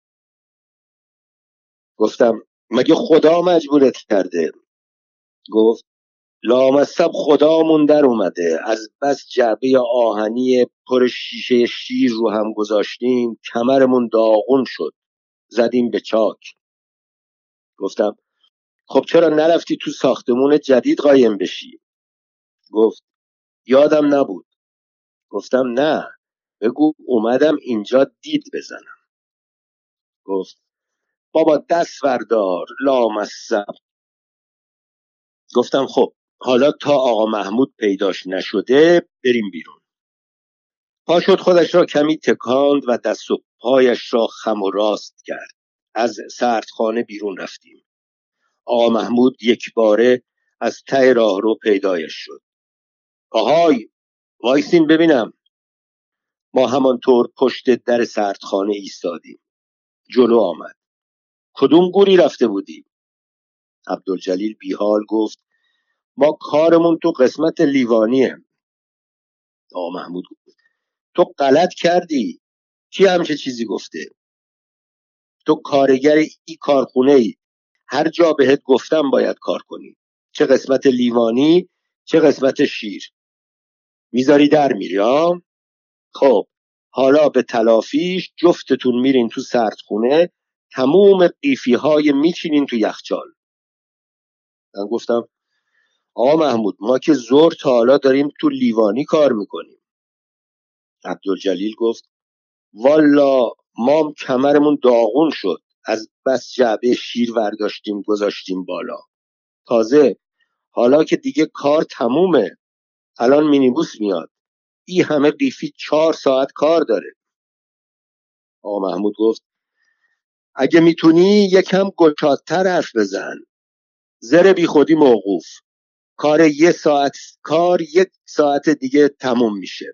گفتم مگه خدا مجبورت کرده؟ گفت لامصب خدامون در اومده. از بس جعبه آهنی پر شیشه شیر رو هم گذاشتیم کمرمون داغون شد. زدیم به چاک. گفتم خب چرا نرفتی تو ساختمون جدید قایم بشی؟ گفت یادم نبود. گفتم نه، بگو اومدم اینجا دید بزنم. گفت بابا دست بردار لامصب. گفتم خب حالا تا آقا محمود پیداش نشده بریم بیرون. پا شد خودش را کمی تکاند و دست و پایش را خم و راست کرد. از سردخانه بیرون رفتیم. آقا محمود یک باره از ته راه رو پیدایش شد. آهای وایسین ببینم. ما همانطور پشت در سردخانه ایستادیم. جلو آمد. کدوم گوری رفته بودیم؟ عبدالجلیل بیحال گفت ما کارمون تو قسمت لیوانیه. آقا محمود گفت تو غلط کردی. کی همچه چیزی گفته؟ تو کارگر ای کارخونه ای. هر جا بهت گفتم باید کار کنی. چه قسمت لیوانی چه قسمت شیر. میذاری در میری ها؟ خب حالا به تلافیش جفتتون میرین تو سردخونه، تموم قیفی های میچینین تو یخچال. من گفتم آقا محمود ما که زور تا حالا داریم تو لیوانی کار میکنیم. عبدالجلیل گفت والا مام کمرمون داغون شد. از بس جعبه شیر ورداشتیم گذاشتیم بالا. تازه حالا که دیگه کار تمومه. الان مینیبوس میاد. این همه قیفی چهار ساعت کار داره. آقا محمود گفت اگه میتونی یکم گشادتر حرف بزن. زر بی خودی موقوف. کار یه ساعت کار یک ساعت دیگه تموم میشه.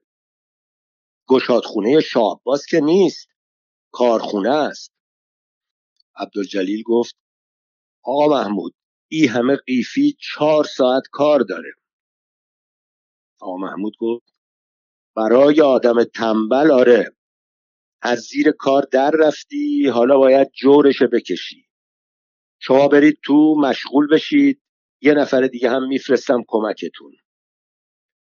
گشادخونه شاهباز که نیست، کارخونه است. عبدالجلیل گفت آقا محمود این همه قیفی چهار ساعت کار داره. آقا محمود گفت برای آدم تنبل آره. از زیر کار در رفتی، حالا باید جورش بکشی. شما برید تو مشغول بشید، یه نفر دیگه هم میفرستم کمکتون.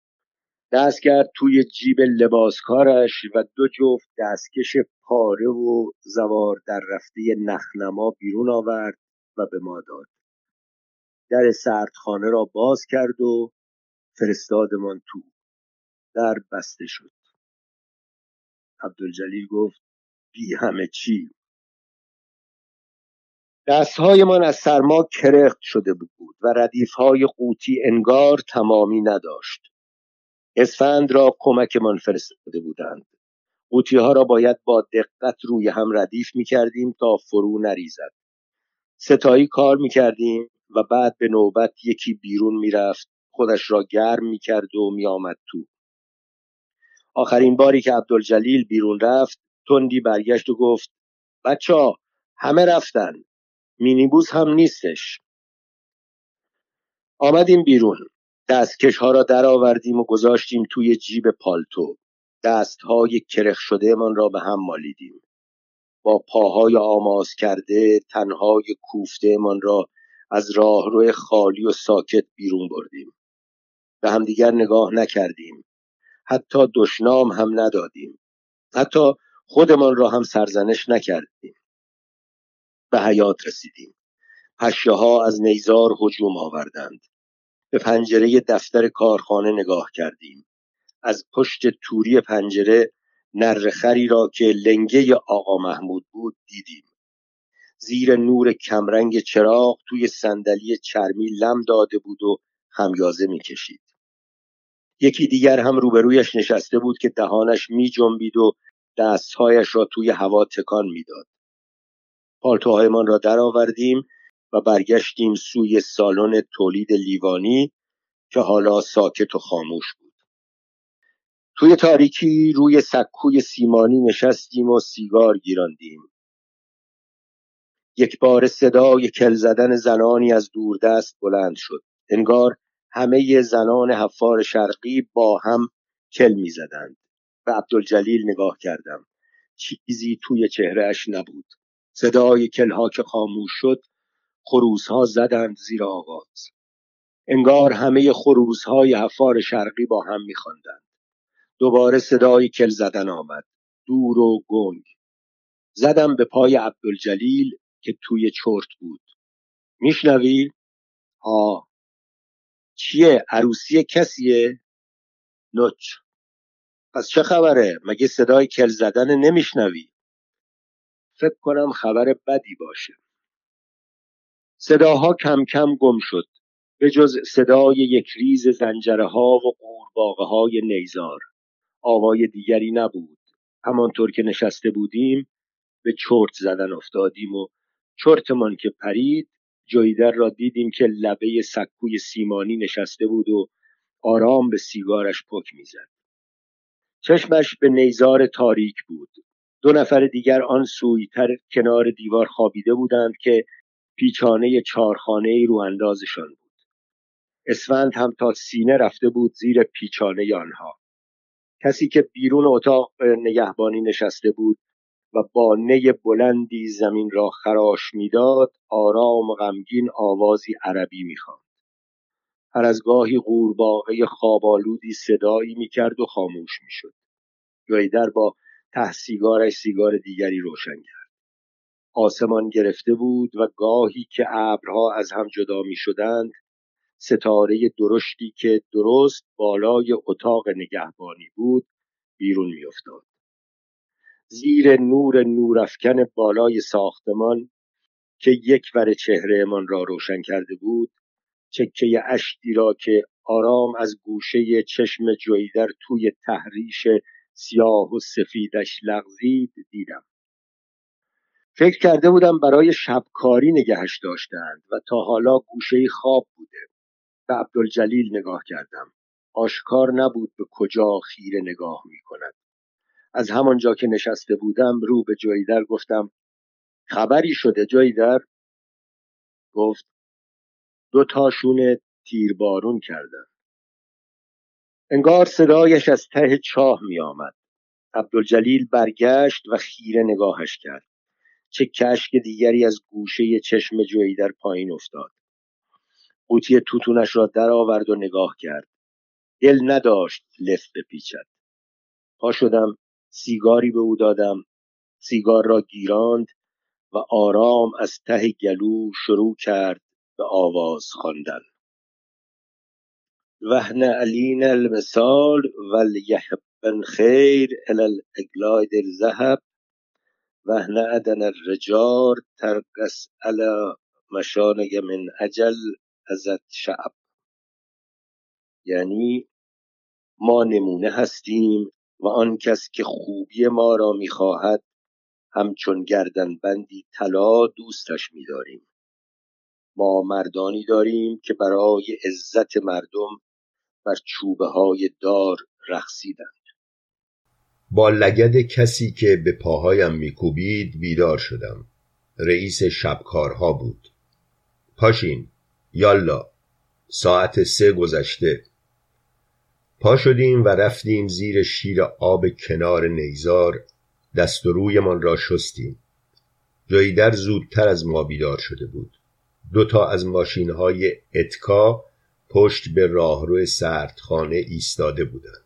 دست کرد توی جیب لباسکارش و دو جفت دستکش پاره و زوار در رفته نخنما بیرون آورد و به ما داد. در سردخانه را باز کرد و فرستادمان تو. در بسته شد. عبدالجلیل گفت بی همه چی. دستهایمان از سرما کرخت شده بود و ردیفهای قوطی انگار تمامی نداشت. اسفند را کمکمان فرستاده بودند. قوطی ها را باید با دقت روی هم ردیف می کردیم تا فرو نریزد. ستایی کار می کردیم و بعد به نوبت یکی بیرون می رفت، خودش را گرم می کرد و می آمد تو. آخرین باری که عبدالجلیل بیرون رفت تندی برگشت و گفت بچه ها همه رفتن، مینیبوس هم نیستش. آمدیم بیرون. دستکش ها را در آوردیم و گذاشتیم توی جیب پالتو. دستهای کرخ شده من را به هم مالیدیم. با پاهای آماس کرده تنهای کوفته من را از راهرو خالی و ساکت بیرون بردیم. به همدیگر نگاه نکردیم. حتی دشنام هم ندادیم. حتی خودمان را هم سرزنش نکردیم. به حیاط رسیدیم. پشه ها از نیزار هجوم آوردند. به پنجره دفتر کارخانه نگاه کردیم. از پشت توری پنجره نرخری را که لنگه آقا محمود بود دیدیم. زیر نور کمرنگ چراغ توی صندلی چرمی لم داده بود و خمیازه می کشید. یکی دیگر هم روبرویش نشسته بود که دهانش می جنبید و دستهایش را توی هوا تکان می داد. پالتوهایمان را در آوردیم و برگشتیم سوی سالن تولید لیوانی که حالا ساکت و خاموش بود. توی تاریکی روی سکوی سیمانی نشستیم و سیگار گیراندیم. یک بار صدای کل زدن زنانی از دوردست بلند شد. انگار همه زنان حفار شرقی با هم کل می زدند. به عبدالجلیل نگاه کردم. چیزی توی چهرهش نبود. صدای کلها که خاموش شد، خروسها زدند زیر آواز. انگار همه خروسهای حفار شرقی با هم می خواندند. دوباره صدای کل زدن آمد. دور و گنگ. زدم به پای عبدالجلیل که توی چرت بود. میشنوی؟ ها. چیه؟ عروسی کسیه؟ نوچ. پس چه خبره؟ مگه صدای کل زدن نمیشنوی؟ فکر کنم خبر بدی باشه. صداها کم کم گم شد. به جز صدای یک ریز زنجره ها و قورباغه های نیزار. آوای دیگری نبود. همانطور که نشسته بودیم به چرت زدن افتادیم و چرتمان که پرید، جویدر را دیدیم که لبه سکوی سیمانی نشسته بود و آرام به سیگارش پک میزد. چشمش به نیزار تاریک بود. دو نفر دیگر آن سویتر کنار دیوار خوابیده بودند که پیچانه چارخانه‌ای رو اندازشان بود. اسفند هم تا سینه رفته بود زیر پیچانه آنها. کسی که بیرون اتاق نگهبانی نشسته بود و با نی بلندی زمین را خراش میداد، آرام و غمگین آوازی عربی می‌خواند. هر از گاهی قورباغه خوابالودی صدایی می‌کرد و خاموش می‌شد. جویدر با ته سیگارش سیگار دیگری روشن کرد. آسمان گرفته بود و گاهی که ابرها از هم جدا می‌شدند، ستاره درشتی که درست بالای اتاق نگهبانی بود بیرون می‌افتاد. زیر نور نورافکن بالای ساختمان که یک ور چهره من را روشن کرده بود، چکه اشکی را که آرام از گوشه چشم جویدر توی تحریش سیاه و سفیدش لغزید دیدم. فکر کرده بودم برای شبکاری نگهش داشتند و تا حالا گوشه خواب بوده. به عبدالجلیل نگاه کردم. آشکار نبود به کجا خیره نگاه می کند. از همانجا که نشسته بودم رو به جویدر گفتم خبری شده جویدر؟ گفت دو تاشون تیربارون کردن. انگار صدایش از ته چاه می آمد. عبدالجلیل برگشت و خیره نگاهش کرد. چه کشک دیگری از گوشه چشم جویدر پایین افتاد. قوطی توتونش را در آورد و نگاه کرد. دل نداشت لف بپیچد. پا شدم، سیگاری به او دادم، سیگار را گیراند و آرام از ته گلو شروع کرد به آواز خواندن. وهن علین المثال ولیحبن خیر الی الاگلاد الذهب وهن عدن الرجار ترقص علی مشانق من اجل ازت شعب. یعنی ما نمونه هستیم و آن کس که خوبی ما را می‌خواهد همچون گردنبندی طلا دوستش می‌داریم. ما مردانی داریم که برای عزت مردم بر چوبه های دار رقصیدند. با لگد کسی که به پاهایم میکوبید بیدار شدم. رئیس شبکارها بود. پاشین، یالا، ساعت سه گذشته. پا شدیم و رفتیم زیر شیر آب کنار نیزار. دست و رویمان را شستیم. جایدر زودتر از ما بیدار شده بود. دو تا از ماشین‌های اتکا پشت به راهرو سردخانه ایستاده بودند.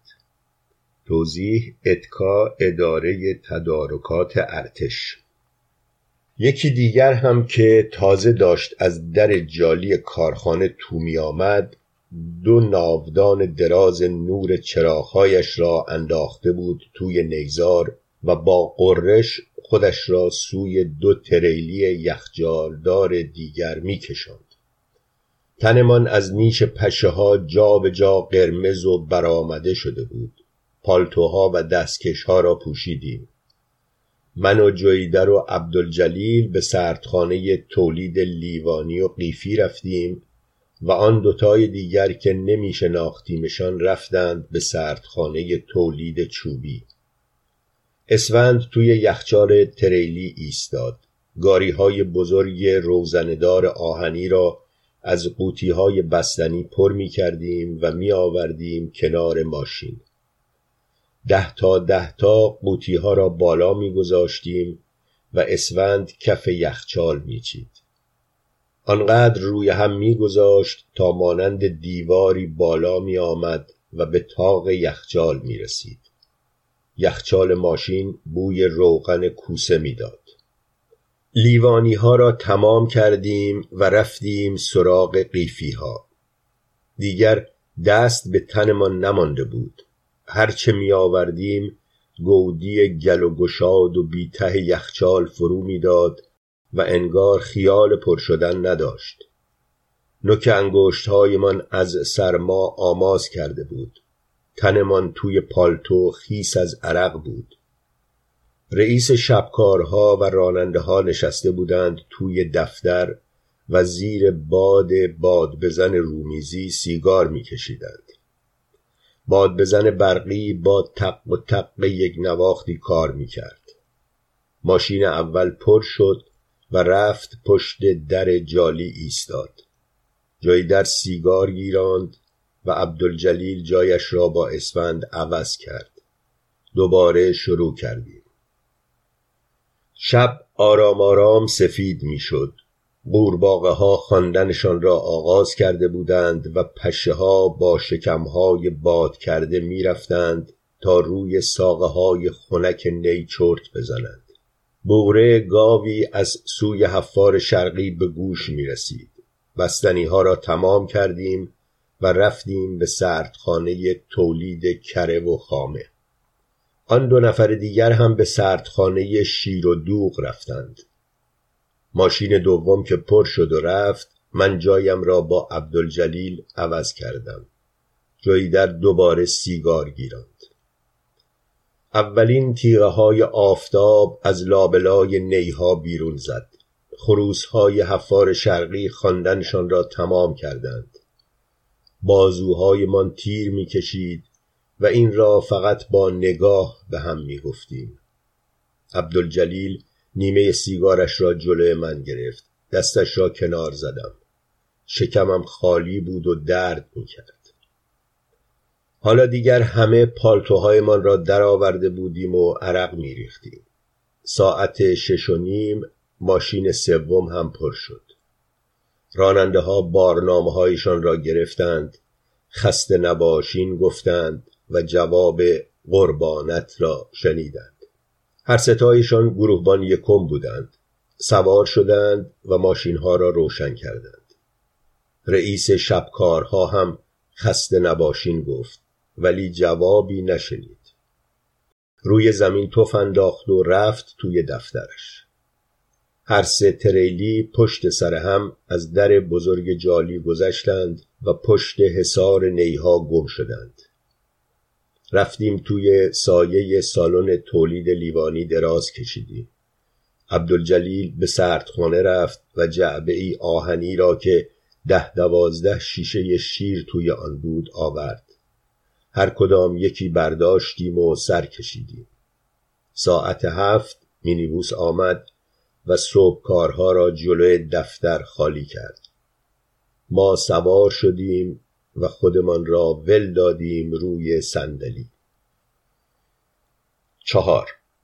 توضیح: اتکا اداره تدارکات ارتش. یکی دیگر هم که تازه داشت از در جالی کارخانه تو می آمد، دو ناودان دراز نور چراغ‌هایش را انداخته بود توی نیزار و با قررش خودش را سوی دو تریلی یخجالدار دیگر می کشاند. تنمان از نیش پشه ها جا به جا قرمز و برآمده شده بود. پالتوها و دستکشها را پوشیدیم. من و جویدر و عبدالجلیل به سردخانه تولید لیوانی و قیفی رفتیم و آن دوتای دیگر که نمی شناختیمشان رفتند به سردخانه تولید چوبی. اسفند توی یخچال تریلی ایستاد. گاری های بزرگ روزندار آهنی را از قوطی های بستنی پر می کردیم و می آوردیم کنار ماشین. ده تا ده تا قوطی ها را بالا می گذاشتیم و اسفند کف یخچال می چید. آنقدر روی هم می گذاشت تا مانند دیواری بالا می آمد و به طاق یخچال می رسید. یخچال ماشین بوی روغن کوسه می داد. لیوانی ها را تمام کردیم و رفتیم سراغ قیفی ها. دیگر دست به تنمان نمانده بود. هرچه می آوردیم گودی گل و گشاد و بی ته یخچال فرو می داد و انگار خیال پر شدن نداشت. نوک انگشت های من از سرما آماس کرده بود. تنمان توی پالتو خیس از عرق بود. رئیس شبکارها و راننده ها نشسته بودند توی دفتر و زیر باد باد بزن رومیزی سیگار می کشیدند. باد بزن برقی با تق و تق یک نواختی کار می کرد. ماشین اول پر شد و رفت پشت در جالی ایستاد. جایی در سیگار گیراند و عبدالجلیل جایش را با اسفند عوض کرد. دوباره شروع کردیم. شب آرام آرام سفید می شد. قورباغه ها خواندنشان را آغاز کرده بودند و پشه ها با شکمهای باد کرده می رفتند تا روی ساقه های خنک نی چرت بزنند. بغره گاوی از سوی حفار شرقی به گوش می رسید. بستنی ها را تمام کردیم و رفتیم به سردخانه تولید کره و خامه. آن دو نفر دیگر هم به سردخانه شیر و دوغ رفتند. ماشین دوم که پر شد و رفت، من جایم را با عبدالجلیل عوض کردم. جایی در دوباره سیگار گیراند. اولین تیغه های آفتاب از لابلای نیها بیرون زد. خروس های حفار شرقی خواندنشان را تمام کردند. بازوهای من تیر می کشید و این را فقط با نگاه به هم می گفتیم. عبدالجلیل نیمه سیگارش را جلوی من گرفت. دستش را کنار زدم. شکمم خالی بود و درد می کرد. حالا دیگر همه پالتوهای من را در آورده بودیم و عرق می ریختیم. ساعت شش و نیم ماشین سوم هم پر شد. راننده ها بارنامه هایشان را گرفتند. خسته نباشین گفتند و جواب قربانت را شنیدند. هر ستایشان گروهبان یکم بودند. سوار شدند و ماشینها را روشن کردند. رئیس شبکارها هم خسته نباشین گفت، ولی جوابی نشنید. روی زمین تف انداخت و رفت توی دفترش. هر سه تریلی پشت سر هم از در بزرگ جالی گذشتند و پشت حصار نیها گم شدند. رفتیم توی سایه سالن تولید لیوانی دراز کشیدیم. عبدالجلیل به سردخانه رفت و جعبه ای آهنی را که ده دوازده شیشه شیر توی آن بود آورد. هر کدام یکی برداشتیم و سر کشیدیم. ساعت هفت مینیبوس آمد و صبح کارها را جلوی دفتر خالی کرد. ما سوار شدیم و خودمان را ول دادیم روی صندلی. چهار.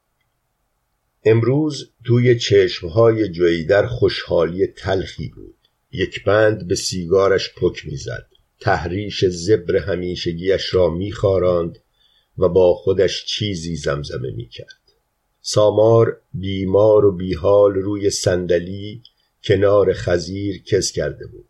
امروز توی چشمهای جویدر خوشحالی تلخی بود. یک بند به سیگارش پک میزد. تحریش زبر همیشگیش را میخاراند و با خودش چیزی زمزمه میکرد. سامار بیمار و بیحال روی صندلی کنار خزیر کز کرده بود.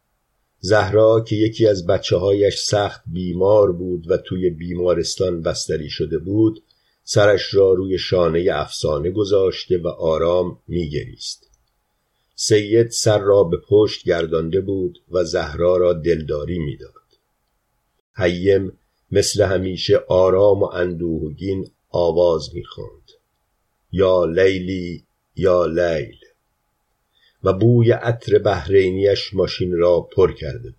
زهرا که یکی از بچه هایش سخت بیمار بود و توی بیمارستان بستری شده بود، سرش را روی شانه افسانه گذاشته و آرام میگریست. سید سر را به پشت گردانده بود و زهرا را دلداری میداد. حیم مثل همیشه آرام و اندوهگین آواز میخواند: یا لیلی یا لیل، و بوی عطر بحرینیش ماشین را پر کرده بود.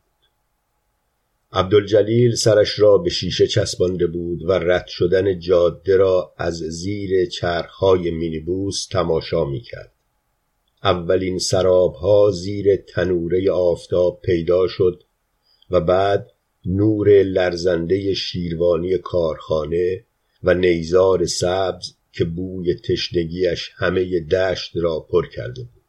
عبدالجلیل سرش را به شیشه چسبانده بود و رد شدن جاده را از زیر چرخهای مینیبوس تماشا میکرد. اولین سرابها زیر تنوره آفتاب پیدا شد و بعد نور لرزنده شیروانی کارخانه و نیزار سبز که بوی تشنگیش همه دشت را پر کرده بود.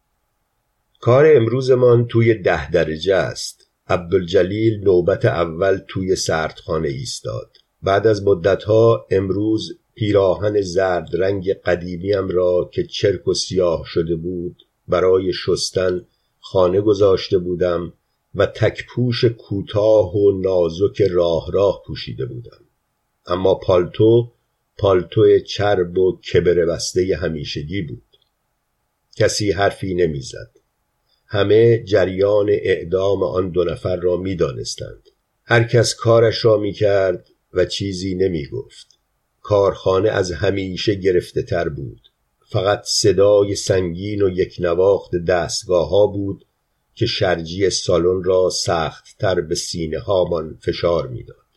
کار امروزمان توی ده درجه است. عبدالجلیل نوبت اول توی سردخانه ایستاد. بعد از مدتها امروز پیراهن زرد رنگ قدیمیم را که چرک و سیاه شده بود برای شستن خانه گذاشته بودم و تکپوش کوتاه و نازک راه راه پوشیده بودم. اما پالتو پالتو چرب و کبر بسته همیشگی بود. کسی حرفی نمیزد. همه جریان اعدام آن دو نفر را می دانستند. هر کس کارش را می کرد و چیزی نمی گفت. کارخانه از همیشه گرفته تر بود. فقط صدای سنگین و یک نواخت دستگاه ها بود که شرجی سالن را سخت تر به سینه هامان فشار می داد.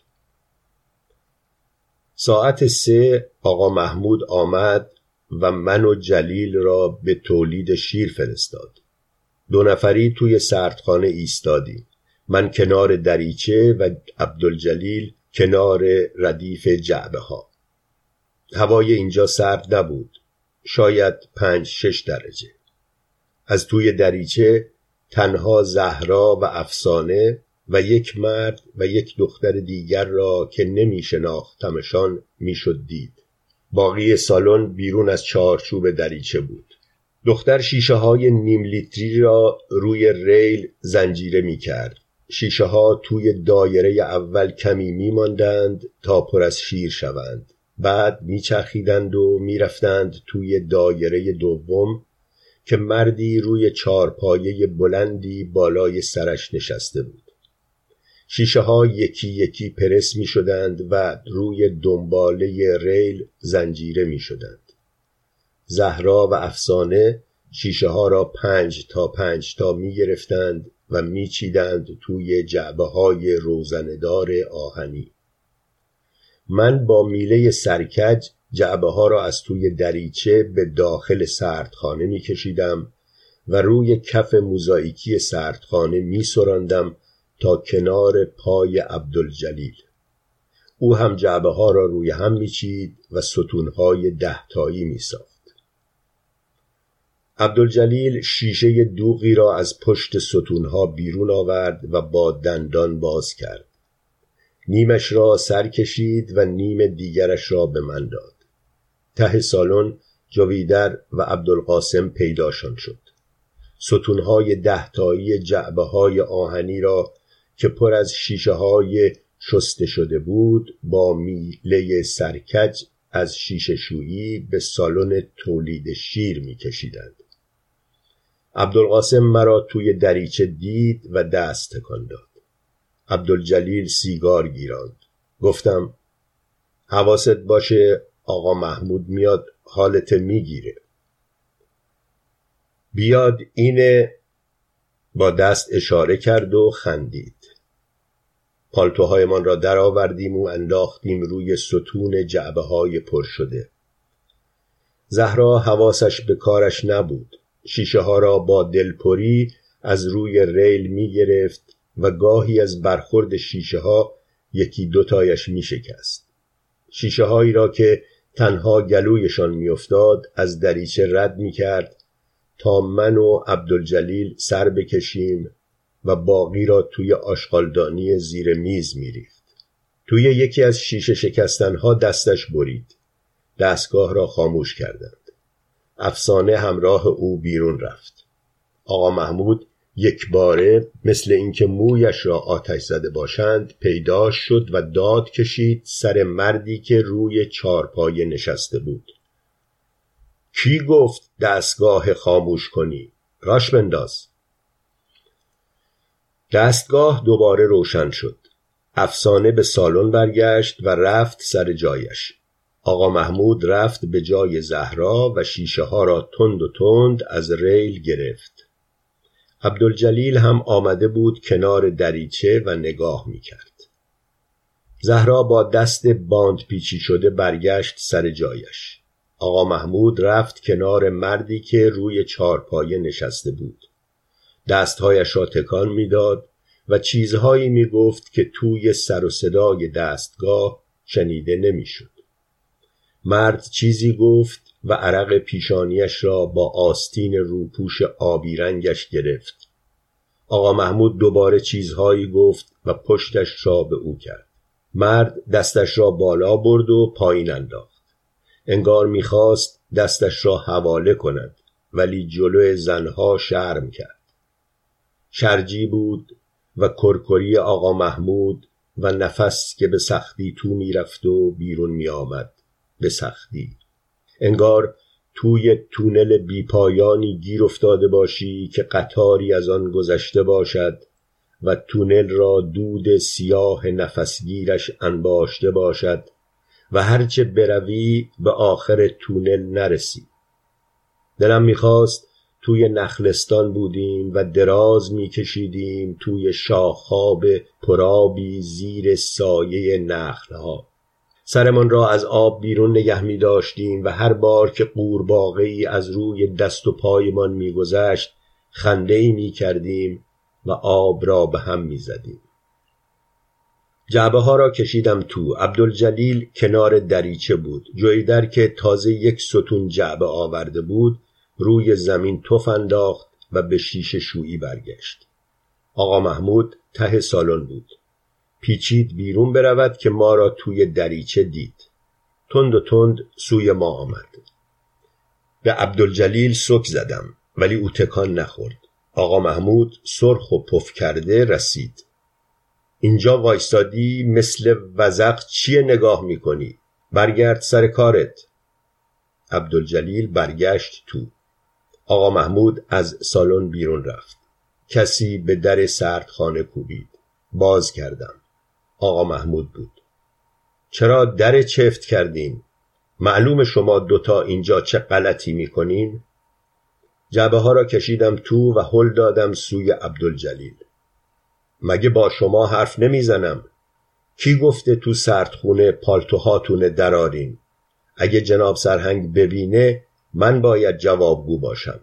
ساعت سه آقا محمود آمد و من و جلیل را به تولید شیر فرستاد. دو نفری توی سردخانه ایستادیم. من کنار دریچه و عبدالجلیل کنار ردیف جعبه ها. هوای اینجا سرد نبود. شاید پنج شش درجه. از توی دریچه تنها زهرا و افسانه و یک مرد و یک دختر دیگر را که نمی شناختمشان می شد دید. باقی سالن بیرون از چارچوب دریچه بود. دختر شیشه های نیم لیتری را روی ریل زنجیره می کرد. شیشه ها توی دایره اول کمی می ماندند تا پر از شیر شوند. بعد می چرخیدند و می رفتند توی دایره دوم که مردی روی چارپایه بلندی بالای سرش نشسته بود. شیشه ها یکی یکی پرس می شدند و روی دنباله ریل زنجیره می شدند. زهرا و افسانه شیشه ها را پنج تا پنج تا می گرفتند و می چیدند توی جعبه های روزندار آهنی. من با میله سرکج جعبه ها را از توی دریچه به داخل سردخانه می کشیدم و روی کف موزاییکی سردخانه می سراندم تا کنار پای عبدالجلیل. او هم جعبه ها را روی هم می چید و ستونهای ده تایی می ساخت. عبدالجلیل شیشه دوغی را از پشت ستونها بیرون آورد و با دندان باز کرد. نیمش را سر کشید و نیم دیگرش را به من داد. ته سالن جویدر و عبدالقاسم پیداشان شد. ستونهای دهتایی جعبه های آهنی را که پر از شیشه های شسته شده بود با میله سرکج از شیشه شویی به سالن تولید شیر می کشیدند. عبدالقاسم مرا توی دریچه دید و دست تکان داد. عبدالجلیل سیگار گیراند. گفتم حواست باشه آقا محمود میاد حالت میگیره. بیاد اینه. با دست اشاره کرد و خندید. پالتوهایمان را در آوردیم و انداختیم روی ستون جعبه های پر شده. زهرا حواسش به کارش نبود. شیشه ها را با دلپری از روی ریل می گرفت و گاهی از برخورد شیشه ها یکی دوتایش می شکست. شیشه هایی را که تنها گلویشان می افتاد از دریچه رد می کرد تا من و عبدالجلیل سر بکشیم و باقی را توی آشغالدانی زیر میز می ریخت. توی یکی از شیشه شکستنها دستش برید. دستگاه را خاموش کردند. افسانه همراه او بیرون رفت. آقا محمود یک باره مثل اینکه مویش را آتش زده باشند پیداش شد و داد کشید سر مردی که روی چارپایه نشسته بود. کی گفت دستگاه خاموش کنی؟ راش بنداز. دستگاه دوباره روشن شد. افسانه به سالن برگشت و رفت سر جایش. آقا محمود رفت به جای زهرا و شیشه ها را تند و تند از ریل گرفت. عبدالجلیل هم آمده بود کنار دریچه و نگاه می کرد. زهرا با دست باند پیچی شده برگشت سر جایش. آقا محمود رفت کنار مردی که روی چارپایه نشسته بود. دستهایش را تکان می داد و چیزهایی می گفت که توی سر و صدای دستگاه شنیده نمی شد. مرد چیزی گفت و عرق پیشانیش را با آستین روپوش آبی رنگش گرفت. آقا محمود دوباره چیزهایی گفت و پشتش را به او کرد. مرد دستش را بالا برد و پایین انداخت. انگار می‌خواست دستش را حواله کند ولی جلوی زنها شرم کرد. شرجی بود و کرکری آقا محمود و نفس که به سختی تو می‌رفت و بیرون می‌آمد. به سختی. انگار توی تونل بیپایانی گیر افتاده باشی که قطاری از آن گذشته باشد و تونل را دود سیاه نفسگیرش انباشته باشد و هرچه بروی به آخر تونل نرسی. دلم میخواست توی نخلستان بودیم و دراز میکشیدیم توی شاخاب پرابی زیر سایه نخلها. سرمان را از آب بیرون نگه می داشتیم و هر بار که قورباغه‌ای از روی دست و پایمان می گذشت خنده‌ای می کردیم و آب را به هم می زدیم. جعبه ها را کشیدم تو. عبدالجلیل کنار دریچه بود. جویدر که تازه یک ستون جعبه آورده بود روی زمین تف انداخت و به شیشه شویی برگشت. آقا محمود ته سالن بود. پیچید بیرون برود که ما را توی دریچه دید. تند و تند سوی ما آمد. به عبدالجلیل سک زدم ولی او تکان نخورد. آقا محمود سرخ و پف کرده رسید. اینجا وایستادی مثل وزق چیه نگاه میکنی؟ برگرد سر کارت. عبدالجلیل برگشت تو. آقا محمود از سالن بیرون رفت. کسی به در سردخانه کوبید. باز کردم. آقا محمود بود. چرا در چفت کردین؟ معلوم شما دوتا اینجا چه غلطی میکنین؟ جعبه ها را کشیدم تو و هل دادم سوی عبدالجلیل. مگه با شما حرف نمیزنم؟ کی گفته تو سردخونه پالتوهاتونه درارین؟ اگه جناب سرهنگ ببینه من باید جوابگو باشم.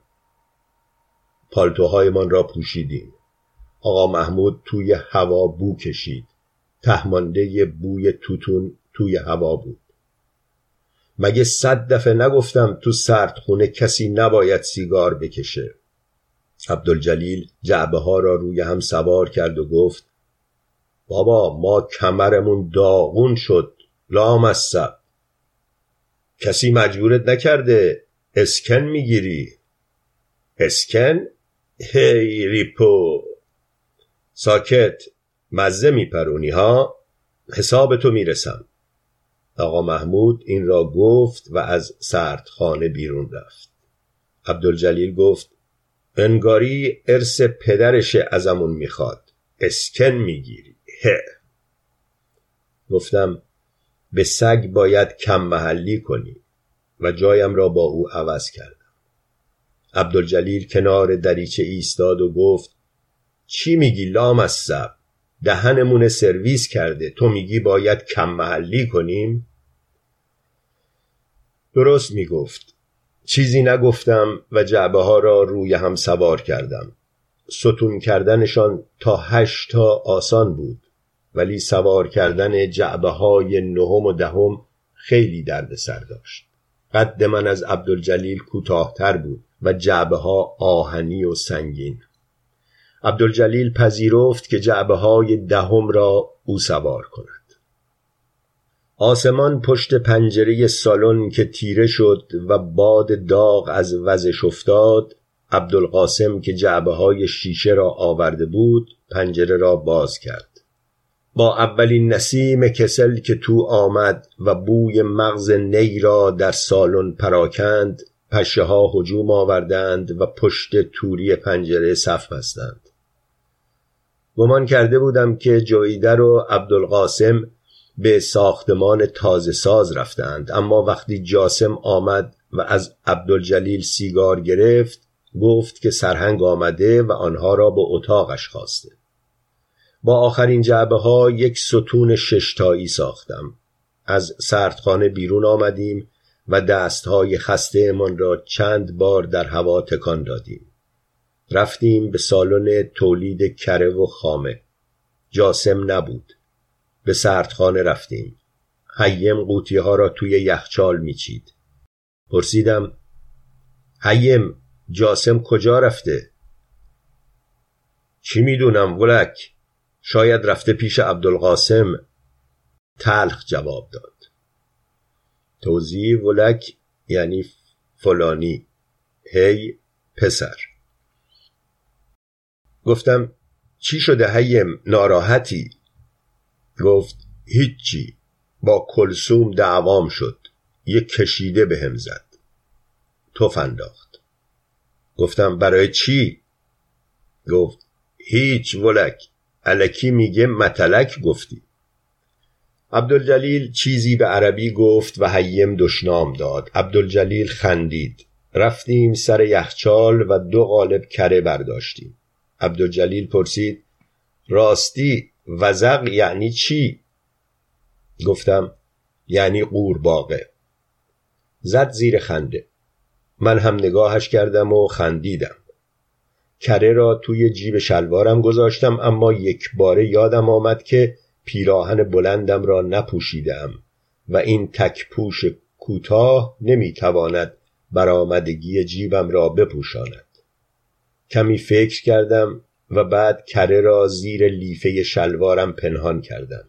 پالتوهایمان را پوشیدیم. آقا محمود توی هوا بو کشید. تهمانده بوی توتون توی هوا بود. مگه صد دفعه نگفتم تو سردخونه کسی نباید سیگار بکشه؟ عبدالجلیل جعبه ها را روی هم سوار کرد و گفت بابا ما کمرمون داغون شد لامصب. کسی مجبورت نکرده اسکن میگیری؟ اسکن؟ هی ریپو. ساکت، مزه میپرونی ها؟ حساب تو میرسم. آقا محمود این را گفت و از سردخانه بیرون رفت. عبدالجلیل گفت انگاری ارث پدرش ازمون میخواد، اسکن میگیری. هه. گفتم به سگ باید کم محلی کنی و جایم را با او عوض کردم. عبدالجلیل کنار دریچه ایستاد و گفت چی میگی لامصب؟ دهنمون سرویس کرده، تو میگی باید کم محلی کنیم؟ درست میگفت. چیزی نگفتم و جعبه ها را روی هم سوار کردم. ستون کردنشان تا هشتا آسان بود، ولی سوار کردن جعبه های نهم و دهم خیلی درد سر داشت. قد من از عبدالجلیل کوتاه‌تر بود و جعبه ها آهنی و سنگین. عبدالجلیل پذیرفت که جعبه های دهم را او سوار کند. آسمان پشت پنجره سالن که تیره شد و باد داغ از وزش افتاد، عبدالقاسم که جعبه های شیشه را آورده بود پنجره را باز کرد. با اولین نسیم کسل که تو آمد و بوی مغز نی را در سالن پراکند، پشه ها هجوم آوردند و پشت توری پنجره صف بستند. گمان کرده بودم که جویدر و عبدالقاسم به ساختمان تازه ساز رفتند، اما وقتی جاسم آمد و از عبدالجلیل سیگار گرفت گفت که سرهنگ آمده و آنها را به اتاقش خواسته. با آخرین جعبه ها یک ستون ششتایی ساختم. از سردخانه بیرون آمدیم و دستهای خسته من را چند بار در هوا تکان دادیم. رفتیم به سالن تولید کره و خامه. جاسم نبود. به سردخانه رفتیم. حیم قوطی ها را توی یخچال میچید. پرسیدم حیم جاسم کجا رفته؟ چی میدونم ولک، شاید رفته پیش عبدالقاسم. تلخ جواب داد. توضیح ولک یعنی فلانی. هی پسر. گفتم چی شده حیم، ناراحتی؟ گفت هیچی، با کلثوم دعوام شد، یک کشیده به هم زد. تف انداخت. گفتم برای چی؟ گفت هیچ ولک، الکی میگه متلک گفتی. عبدالجلیل چیزی به عربی گفت و حیم دشنام داد. عبدالجلیل خندید. رفتیم سر یخچال و دو قالب کره برداشتیم. عبدالجلیل پرسید راستی وزق یعنی چی؟ گفتم یعنی قورباغه. زد زیر خنده. من هم نگاهش کردم و خندیدم. کره را توی جیب شلوارم گذاشتم، اما یک باره یادم آمد که پیراهن بلندم را نپوشیدم و این تک پوش کوتاه نمیتواند برآمدگی جیبم را بپوشاند. کمی فکر کردم و بعد کره را زیر لیفه شلوارم پنهان کردم.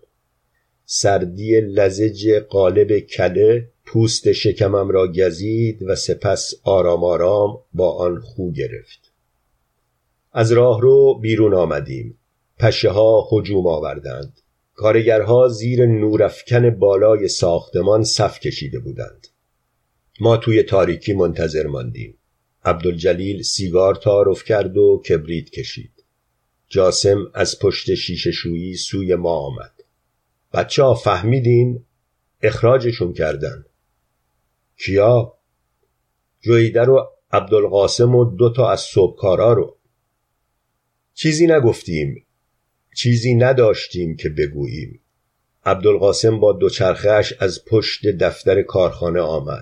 سردی لزج قالب کله پوست شکمم را گزید و سپس آرام آرام با آن خو گرفت. از راهرو بیرون آمدیم. پشه ها هجوم آوردند. کارگرها زیر نورافکن بالای ساختمان صف کشیده بودند. ما توی تاریکی منتظر ماندیم. عبدالجلیل سیگار تعارف کرد و کبریت کشید. جاسم از پشت شیشه شویی سوی ما آمد. بچه ها فهمیدین؟ اخراجشون کردن. کیا؟ جویدر و عبدالقاسم و دوتا از صبحکارا رو. چیزی نگفتیم، چیزی نداشتیم که بگوییم. عبدالقاسم با دوچرخه‌اش از پشت دفتر کارخانه آمد.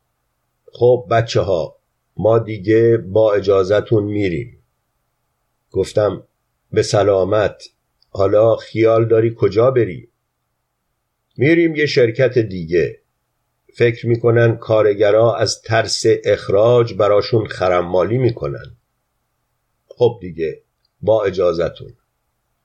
خب بچه ها، ما دیگه با اجازتون میریم. گفتم به سلامت. حالا خیال داری کجا بری؟ میریم یه شرکت دیگه. فکر میکنن کارگرها از ترس اخراج براشون خرمالی میکنن. خب دیگه با اجازتون.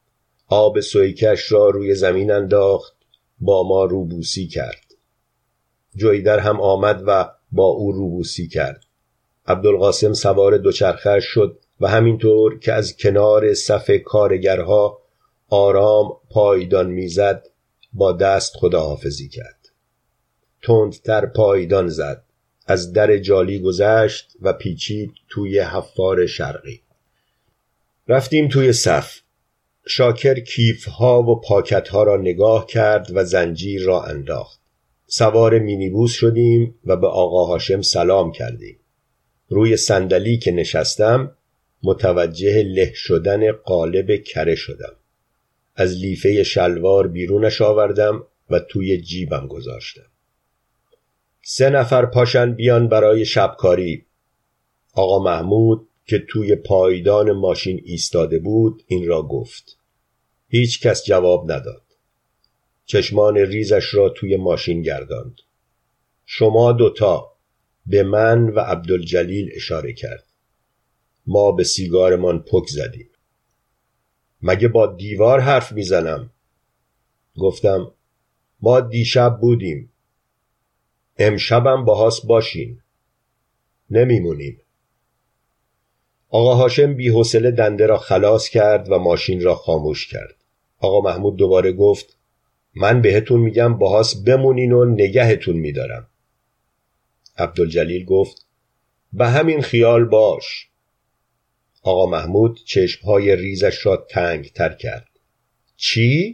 آب سویکش را روی زمین انداخت، با ما روبوسی کرد. جویدر هم آمد و با او روبوسی کرد. عبدالقاسم سوار دوچرخه شد و همینطور که از کنار صف کارگرها آرام پایدان میزد با دست خداحافظی کرد. تندتر پایدان زد، از در جالی گذشت و پیچید توی حفار شرقی. رفتیم توی صف. شاکر کیفها و پاکتها را نگاه کرد و زنجیر را انداخت. سوار مینیبوس شدیم و به آقا هاشم سلام کردیم. روی صندلی که نشستم متوجه له شدن قالب کره شدم. از لیفه شلوار بیرونش آوردم و توی جیبم گذاشتم. سه نفر پاشن بیان برای شبکاری. آقا محمود که توی پایدان ماشین ایستاده بود این را گفت. هیچ کس جواب نداد. چشمان ریزش را توی ماشین گرداند. شما دوتا، به من و عبدالجلیل اشاره کرد. ما به سیگارمان پک زدیم. مگه با دیوار حرف میزنم؟ گفتم ما دیشب بودیم. امشبم باهاس باشین. نمیمونیم. آقا هاشم بی حوصله دنده را خلاص کرد و ماشین را خاموش کرد. آقا محمود دوباره گفت من بهتون میگم باهاس بمونین و نگهتون میدارم. عبدالجلیل گفت به همین خیال باش. آقا محمود چشمهای ریزش را تنگ تر کرد. چی؟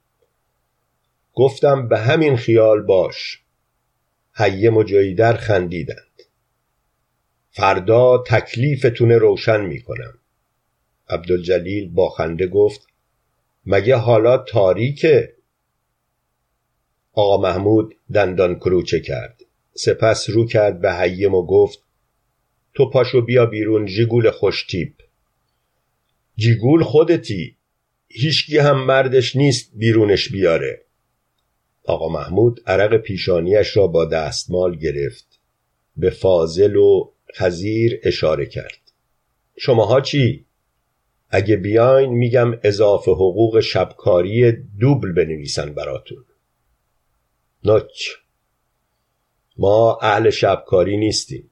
گفتم به همین خیال باش. حیم و جویدر خندیدند. فردا تکلیفتون روشن میکنم. عبدالجلیل با خنده گفت مگه حالا تاریکه؟ آقا محمود دندان کروچه کرد. سپس رو کرد به حیم و گفت تو پاشو بیا بیرون جیگول خوش تیپ. جیگول خودتی. هیچکی هم مردش نیست بیرونش بیاره. آقا محمود عرق پیشانیش را با دستمال گرفت. به فاضل و خزیر اشاره کرد. شماها چی؟ اگه بیاین میگم اضافه حقوق شبکاری دوبل بنویسن براتون. نوچ. ما اهل شبکاری نیستیم.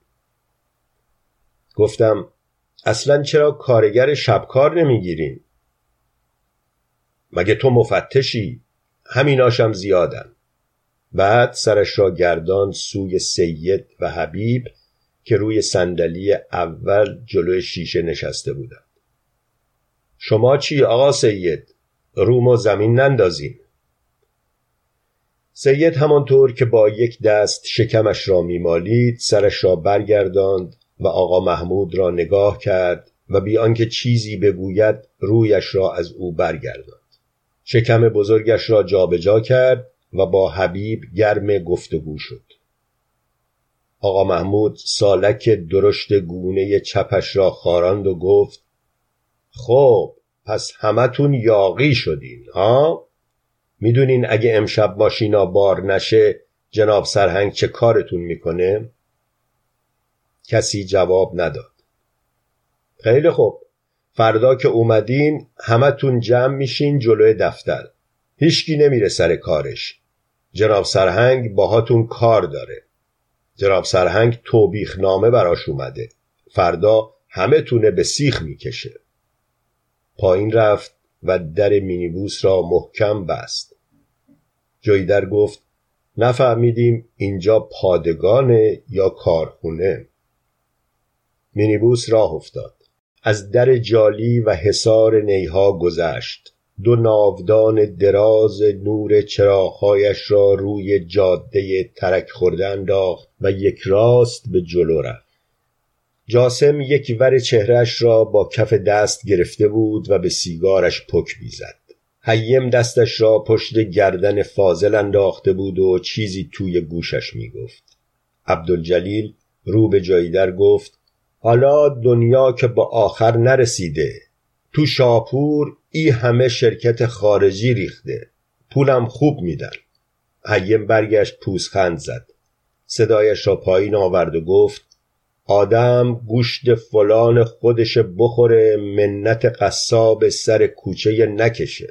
گفتم اصلاً چرا کارگر شبکار نمیگیرین؟ مگه تو مفتشی؟ همیناشم زیادن. بعد سرش را گردان سوی سید و حبیب که روی صندلی اول جلوی شیشه نشسته بودند. شما چی آقا سید؟ روم و زمین نندازین. سید همانطور که با یک دست شکمش را میمالید سرش را برگرداند و آقا محمود را نگاه کرد و بی آنکه چیزی بگوید رویش را از او برگرداند. شکم بزرگش را جابجا کرد و با حبیب گرم گفتگو شد. آقا محمود سالک درشت گونه چپش را خاراند و گفت خب پس همتون یاغی شدین ها؟ میدونین اگه امشب ماشینا بار نشه جناب سرهنگ چه کارتون میکنه؟ کسی جواب نداد. خیلی خوب، فردا که اومدین همتون جمع میشین جلوی دفتر. هیچکی نمیره سر کارش. جناب سرهنگ باهاتون کار داره. جناب سرهنگ توبیخ نامه براش اومده. فردا همه تونه به سیخ میکشه. پایین رفت و در مینیبوس را محکم بست. جویدر گفت نفهمیدیم اینجا پادگانه یا کارخونه. مینیبوس راه افتاد. از در جالی و حصار نیها گذشت. دو ناودان دراز نور چراغ‌هایش را روی جاده ترک خورده انداخت و یک راست به جلو رفت. جاسم یک ور چهرهش را با کف دست گرفته بود و به سیگارش پک می‌زد. حیم دستش را پشت گردن فاضل انداخته بود و چیزی توی گوشش می‌گفت. عبدالجلیل رو به جویدر گفت حالا دنیا که با آخر نرسیده. تو شاپور ای همه شرکت خارجی ریخته. پولم خوب میدن. حیم برگشت پوزخند زد. صدایش را پایین آورد و گفت آدم گوشت فلان خودش بخوره منت قصاب سر کوچه نکشه.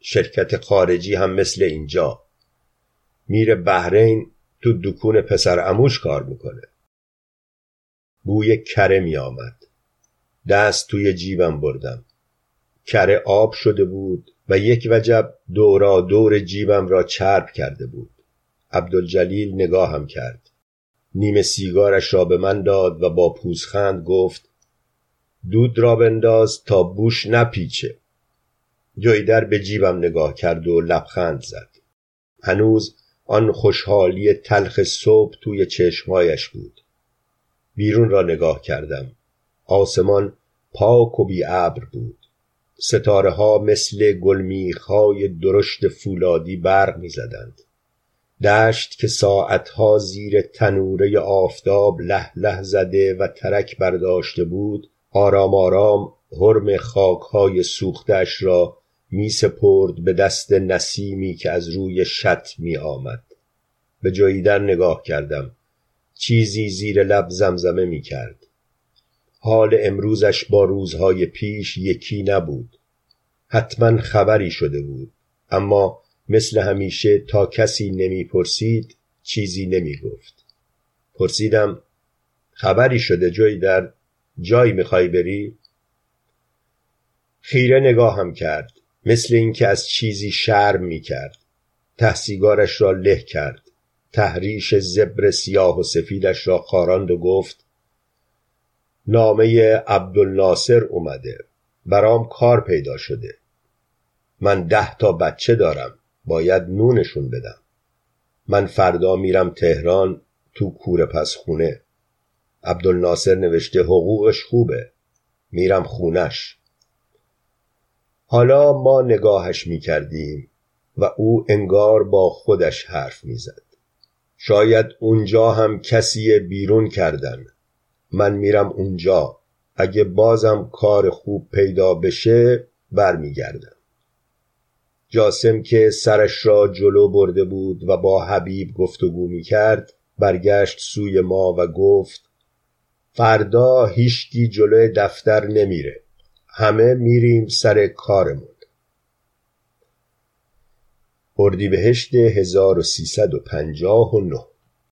شرکت خارجی هم مثل اینجا. میره بحرین، تو دکون پسر عموش کار میکنه. بوی کره می آمد. دست توی جیبم بردم. کره آب شده بود و یک وجب دورا دور جیبم را چرب کرده بود. عبدالجلیل نگاهم کرد. نیمه سیگارش را به من داد و با پوزخند گفت دود را بنداز تا بوش نپیچه. جویدر به جیبم نگاه کرد و لبخند زد. هنوز آن خوشحالی تلخ صبح توی چشمهایش بود. بیرون را نگاه کردم. آسمان پاک و بی ابر بود. ستاره ها مثل گلمیخ‌های درشت فولادی برق می زدند. دشت که ساعتها زیر تنوره آفتاب له له زده و ترک برداشته بود، آرام آرام حرم خاک‌های سوختش را می سپرد به دست نسیمی که از روی شط می آمد. به جویدر نگاه کردم. چیزی زیر لب زمزمه می کرد. حال امروزش با روزهای پیش یکی نبود. حتما خبری شده بود، اما مثل همیشه تا کسی نمی پرسید چیزی نمی گفت. پرسیدم خبری شده جویدر؟ جایی میخوای بری؟ خیره نگاهم کرد، مثل اینکه از چیزی شرم می کرد. ته سیگارش را له کرد. تحریش زبر سیاه و سفیدش را خاراند و گفت نامه عبدالناصر اومده. برام کار پیدا شده. من ده تا بچه دارم. باید نونشون بدم. من فردا میرم تهران تو کوره پس خونه. عبدالناصر نوشته حقوقش خوبه. میرم خونش. حالا ما نگاهش میکردیم و او انگار با خودش حرف میزد. شاید اونجا هم کسی بیرون کردن. من میرم اونجا. اگه بازم کار خوب پیدا بشه برمیگردم. جاسم که سرش را جلو برده بود و با حبیب گفتگو میکرد برگشت سوی ما و گفت فردا هیچکی جلوی دفتر نمیره. همه میریم سر کارمون. اردیبهشت هزار و سیصد و پنجاه و نه